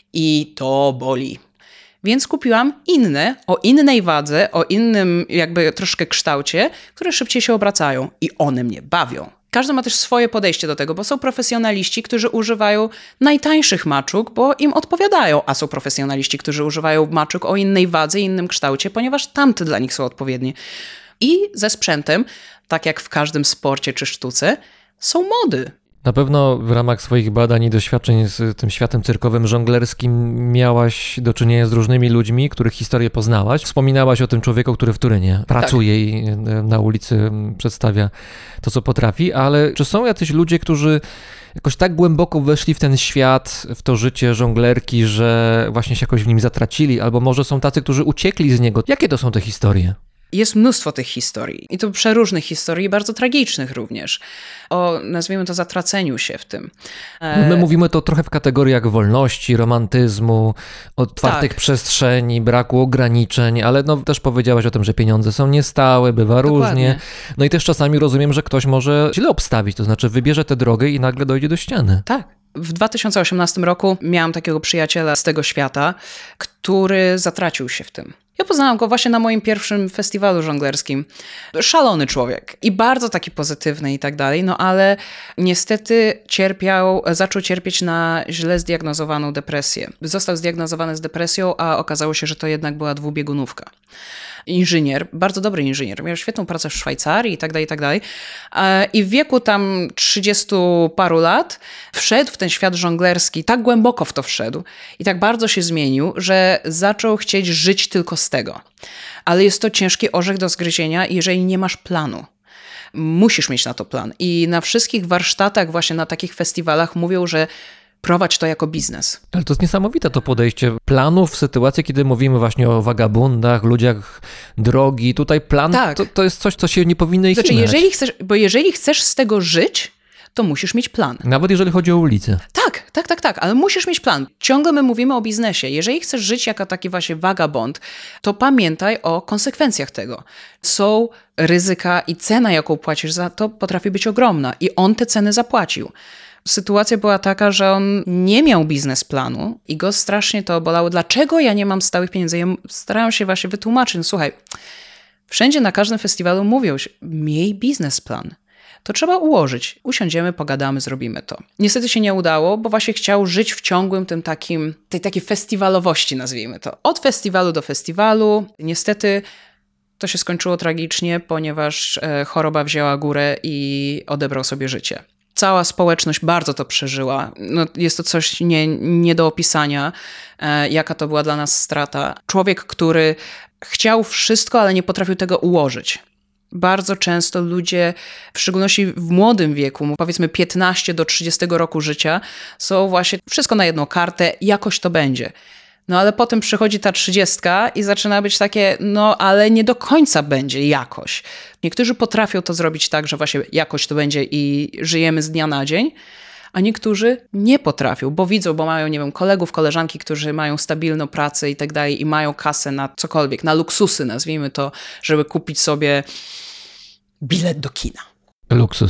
I to boli. Więc kupiłam inne, o innej wadze, o innym jakby troszkę kształcie, które szybciej się obracają i one mnie bawią. Każdy ma też swoje podejście do tego, bo są profesjonaliści, którzy używają najtańszych maczug, bo im odpowiadają, a są profesjonaliści, którzy używają maczug o innej wadze i innym kształcie, ponieważ tamte dla nich są odpowiednie. I ze sprzętem, tak jak w każdym sporcie czy sztuce, są mody. Na pewno w ramach swoich badań i doświadczeń z tym światem cyrkowym, żonglerskim miałaś do czynienia z różnymi ludźmi, których historię poznałaś. Wspominałaś o tym człowieku, który w Turynie pracuje tak. i na ulicy przedstawia to, co potrafi, ale czy są jacyś ludzie, którzy jakoś tak głęboko weszli w ten świat, w to życie żonglerki, że właśnie się jakoś w nim zatracili, albo może są tacy, którzy uciekli z niego? Jakie to są te historie? Jest mnóstwo tych historii i to przeróżnych historii, bardzo tragicznych również, o, nazwijmy to, zatraceniu się w tym. E... My mówimy to trochę w kategoriach wolności, romantyzmu, otwartych tak. przestrzeni, braku ograniczeń, ale no też powiedziałaś o tym, że pieniądze są niestałe, bywa Dokładnie. różnie. No i też czasami rozumiem, że ktoś może źle obstawić, to znaczy wybierze tę drogę i nagle dojdzie do ściany. Tak. W dwa tysiące osiemnastym roku miałam takiego przyjaciela z tego świata, który zatracił się w tym. Ja poznałam go właśnie na moim pierwszym festiwalu żonglerskim. Szalony człowiek i bardzo taki pozytywny i tak dalej, no ale niestety cierpiał, zaczął cierpieć na źle zdiagnozowaną depresję. Został zdiagnozowany z depresją, a okazało się, że to jednak była dwubiegunówka. Inżynier, bardzo dobry inżynier, miał świetną pracę w Szwajcarii i tak dalej, i tak dalej. I w wieku tam trzydziestu paru lat wszedł w ten świat żonglerski, tak głęboko w to wszedł i tak bardzo się zmienił, że zaczął chcieć żyć tylko z tego. Ale jest to ciężki orzech do zgryzienia, jeżeli nie masz planu. Musisz mieć na to plan. I na wszystkich warsztatach, właśnie na takich festiwalach mówią, że prowadź to jako biznes. Ale to jest niesamowite to podejście planów w sytuacji, kiedy mówimy właśnie o wagabundach, ludziach drogi. Tutaj plan tak. to, to jest coś, co się nie powinno ich Znaczy, jeżeli chcesz, bo jeżeli chcesz z tego żyć, to musisz mieć plan. Nawet jeżeli chodzi o ulicę. Tak, tak, tak, tak, ale musisz mieć plan. Ciągle my mówimy o biznesie. Jeżeli chcesz żyć jako taki właśnie vagabond, to pamiętaj o konsekwencjach tego. Są ryzyka i cena, jaką płacisz za to, potrafi być ogromna i on te ceny zapłacił. Sytuacja była taka, że on nie miał biznesplanu i go strasznie to bolało. Dlaczego ja nie mam stałych pieniędzy? Ja starałam się właśnie wytłumaczyć. No, słuchaj, wszędzie na każdym festiwalu mówią się, miej biznesplan. To trzeba ułożyć. Usiądziemy, pogadamy, zrobimy to. Niestety się nie udało, bo właśnie chciał żyć w ciągłym tym takim, tej takiej festiwalowości, nazwijmy to. Od festiwalu do festiwalu. Niestety to się skończyło tragicznie, ponieważ choroba wzięła górę i odebrał sobie życie. Cała społeczność bardzo to przeżyła. No, jest to coś nie, nie do opisania, e, jaka to była dla nas strata. Człowiek, który chciał wszystko, ale nie potrafił tego ułożyć. Bardzo często ludzie, w szczególności w młodym wieku, powiedzmy piętnaście do trzydziestego roku życia, są właśnie wszystko na jedną kartę, jakoś to będzie. No ale potem przychodzi ta trzydziestka i zaczyna być takie, no ale nie do końca będzie jakoś. Niektórzy potrafią to zrobić tak, że właśnie jakoś to będzie i żyjemy z dnia na dzień, a niektórzy nie potrafią, bo widzą, bo mają, nie wiem, kolegów, koleżanki, którzy mają stabilną pracę i tak dalej i mają kasę na cokolwiek, na luksusy, nazwijmy to, żeby kupić sobie bilet do kina. Luksus.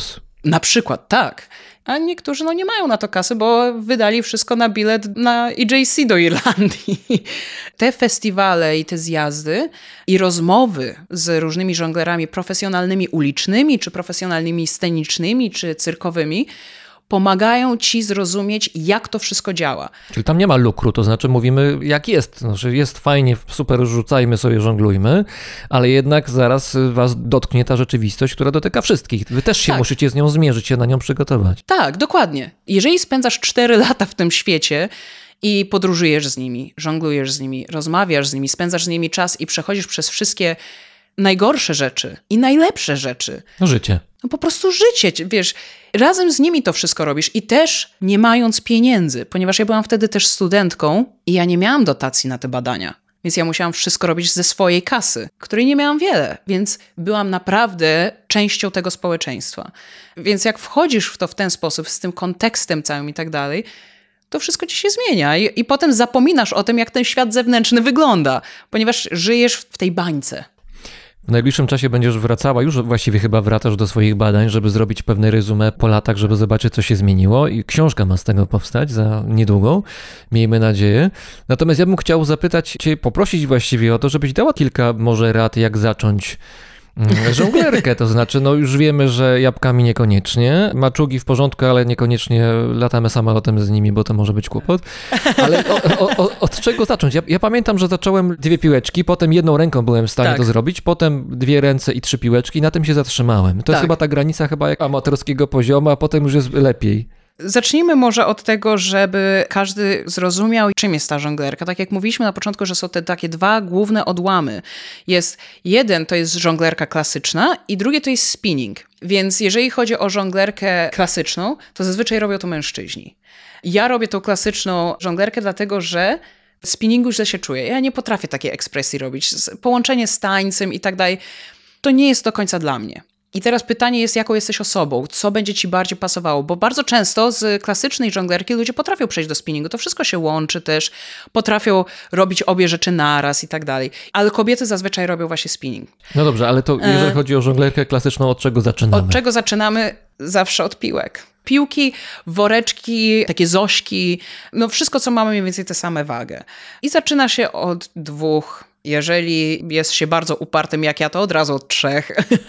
Na przykład, tak. A niektórzy no, nie mają na to kasy, bo wydali wszystko na bilet na E J C do Irlandii. Te festiwale i te zjazdy i rozmowy z różnymi żonglerami profesjonalnymi ulicznymi, czy profesjonalnymi scenicznymi, czy cyrkowymi, pomagają ci zrozumieć, jak to wszystko działa. Czyli tam nie ma lukru, to znaczy mówimy jak jest. Znaczy jest fajnie, super, rzucajmy sobie, żonglujmy, ale jednak zaraz was dotknie ta rzeczywistość, która dotyka wszystkich. Wy też się tak. musicie z nią zmierzyć, się na nią przygotować. Tak, dokładnie. Jeżeli spędzasz cztery lata w tym świecie i podróżujesz z nimi, żonglujesz z nimi, rozmawiasz z nimi, spędzasz z nimi czas i przechodzisz przez wszystkie najgorsze rzeczy i najlepsze rzeczy. No życie. No po prostu życie, wiesz, razem z nimi to wszystko robisz i też nie mając pieniędzy, ponieważ ja byłam wtedy też studentką i ja nie miałam dotacji na te badania, więc ja musiałam wszystko robić ze swojej kasy, której nie miałam wiele, więc byłam naprawdę częścią tego społeczeństwa. Więc jak wchodzisz w to w ten sposób, z tym kontekstem całym i tak dalej, to wszystko ci się zmienia i, i potem zapominasz o tym, jak ten świat zewnętrzny wygląda, ponieważ żyjesz w tej bańce. W najbliższym czasie będziesz wracała, już właściwie chyba wracasz do swoich badań, żeby zrobić pewne resume po latach, żeby zobaczyć, co się zmieniło i książka ma z tego powstać za niedługo, miejmy nadzieję. Natomiast ja bym chciał zapytać cię, poprosić właściwie o to, żebyś dała kilka może rad, jak zacząć żonglerkę, to znaczy, no już wiemy, że jabłkami niekoniecznie, maczugi w porządku, ale niekoniecznie latamy samolotem z nimi, bo to może być kłopot. Ale o, o, o, od czego zacząć? Ja, ja pamiętam, że zacząłem dwie piłeczki, potem jedną ręką byłem w stanie tak. to zrobić, potem dwie ręce i trzy piłeczki, na tym się zatrzymałem. To tak. jest chyba ta granica chyba jak amatorskiego poziomu, a potem już jest lepiej. Zacznijmy może od tego, żeby każdy zrozumiał, czym jest ta żonglerka. Tak jak mówiliśmy na początku, że są te takie dwa główne odłamy. Jest jeden to jest żonglerka klasyczna i drugie to jest spinning. Więc jeżeli chodzi o żonglerkę klasyczną, to zazwyczaj robią to mężczyźni. Ja robię tą klasyczną żonglerkę dlatego, że w spinningu źle się czuję. Ja nie potrafię takiej ekspresji robić. Połączenie z tańcem i tak dalej, to nie jest do końca dla mnie. I teraz pytanie jest, jaką jesteś osobą, co będzie ci bardziej pasowało, bo bardzo często z klasycznej żonglerki ludzie potrafią przejść do spinningu, to wszystko się łączy też, potrafią robić obie rzeczy naraz i tak dalej, ale kobiety zazwyczaj robią właśnie spinning. No dobrze, ale to jeżeli e... chodzi o żonglerkę klasyczną, od czego zaczynamy? Od czego zaczynamy? Zawsze od piłek. Piłki, woreczki, takie zośki, no wszystko, co mamy mniej więcej tę samą wagę. I zaczyna się od dwóch. Jeżeli jest się bardzo upartym jak ja, to od razu od trzech.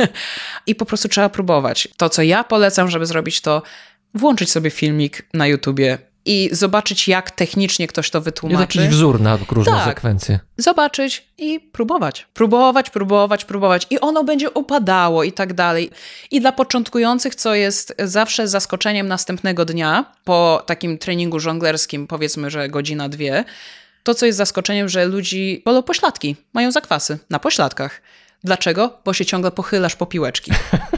I po prostu trzeba próbować. To, co ja polecam, żeby zrobić, to włączyć sobie filmik na YouTubie i zobaczyć, jak technicznie ktoś to wytłumaczy. Jest jakiś wzór na różne tak. sekwencje. Zobaczyć i próbować. Próbować, próbować, próbować. I ono będzie upadało i tak dalej. I dla początkujących, co jest zawsze zaskoczeniem następnego dnia, po takim treningu żonglerskim, powiedzmy, że godzina, dwie, to, co jest zaskoczeniem, że ludzi bolą pośladki, mają zakwasy na pośladkach. Dlaczego? Bo się ciągle pochylasz po piłeczki.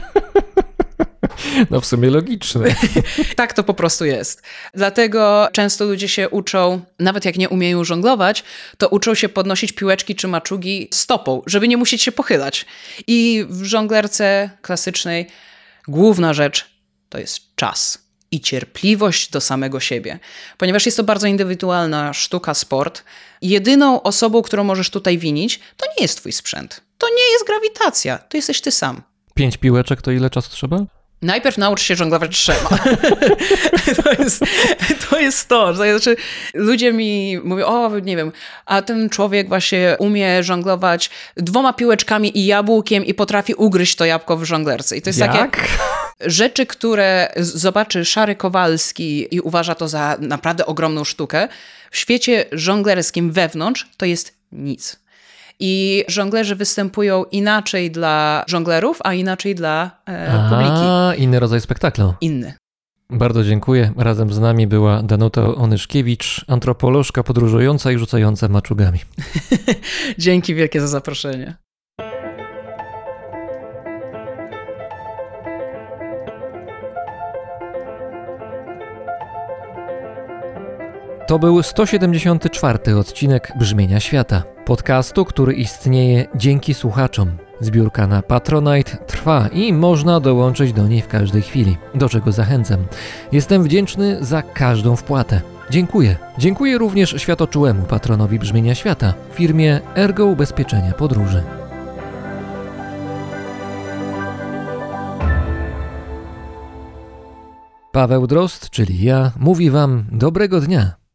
No w sumie logiczne. Tak to po prostu jest. Dlatego często ludzie się uczą, nawet jak nie umieją żonglować, to uczą się podnosić piłeczki czy maczugi stopą, żeby nie musieć się pochylać. I w żonglerce klasycznej główna rzecz to jest czas i cierpliwość do samego siebie. Ponieważ jest to bardzo indywidualna sztuka, sport. Jedyną osobą, którą możesz tutaj winić, to nie jest twój sprzęt. To nie jest grawitacja. To jesteś ty sam. Pięć piłeczek to ile czasu trzeba? Najpierw naucz się żonglować trzema. to, jest, to jest to. Znaczy, ludzie mi mówią, o nie wiem, a ten człowiek właśnie umie żonglować dwoma piłeczkami i jabłkiem i potrafi ugryźć to jabłko w żonglerce. I to jest Jak? takie rzeczy, które zobaczy Szary Kowalski i uważa to za naprawdę ogromną sztukę. W świecie żonglerskim wewnątrz to jest nic. I żonglerzy występują inaczej dla żonglerów, a inaczej dla e, publiki. A, inny rodzaj spektaklu. Inny. Bardzo dziękuję. Razem z nami była Danuta Onyszkiewicz, antropolożka podróżująca i rzucająca maczugami. Dzięki wielkie za zaproszenie. To był sto siedemdziesiąty czwarty odcinek Brzmienia Świata, podcastu, który istnieje dzięki słuchaczom. Zbiórka na Patronite trwa i można dołączyć do niej w każdej chwili, do czego zachęcam. Jestem wdzięczny za każdą wpłatę. Dziękuję. Dziękuję również światoczułemu patronowi Brzmienia Świata, firmie Ergo Ubezpieczenia Podróży. Paweł Drozd, czyli ja, mówi wam dobrego dnia.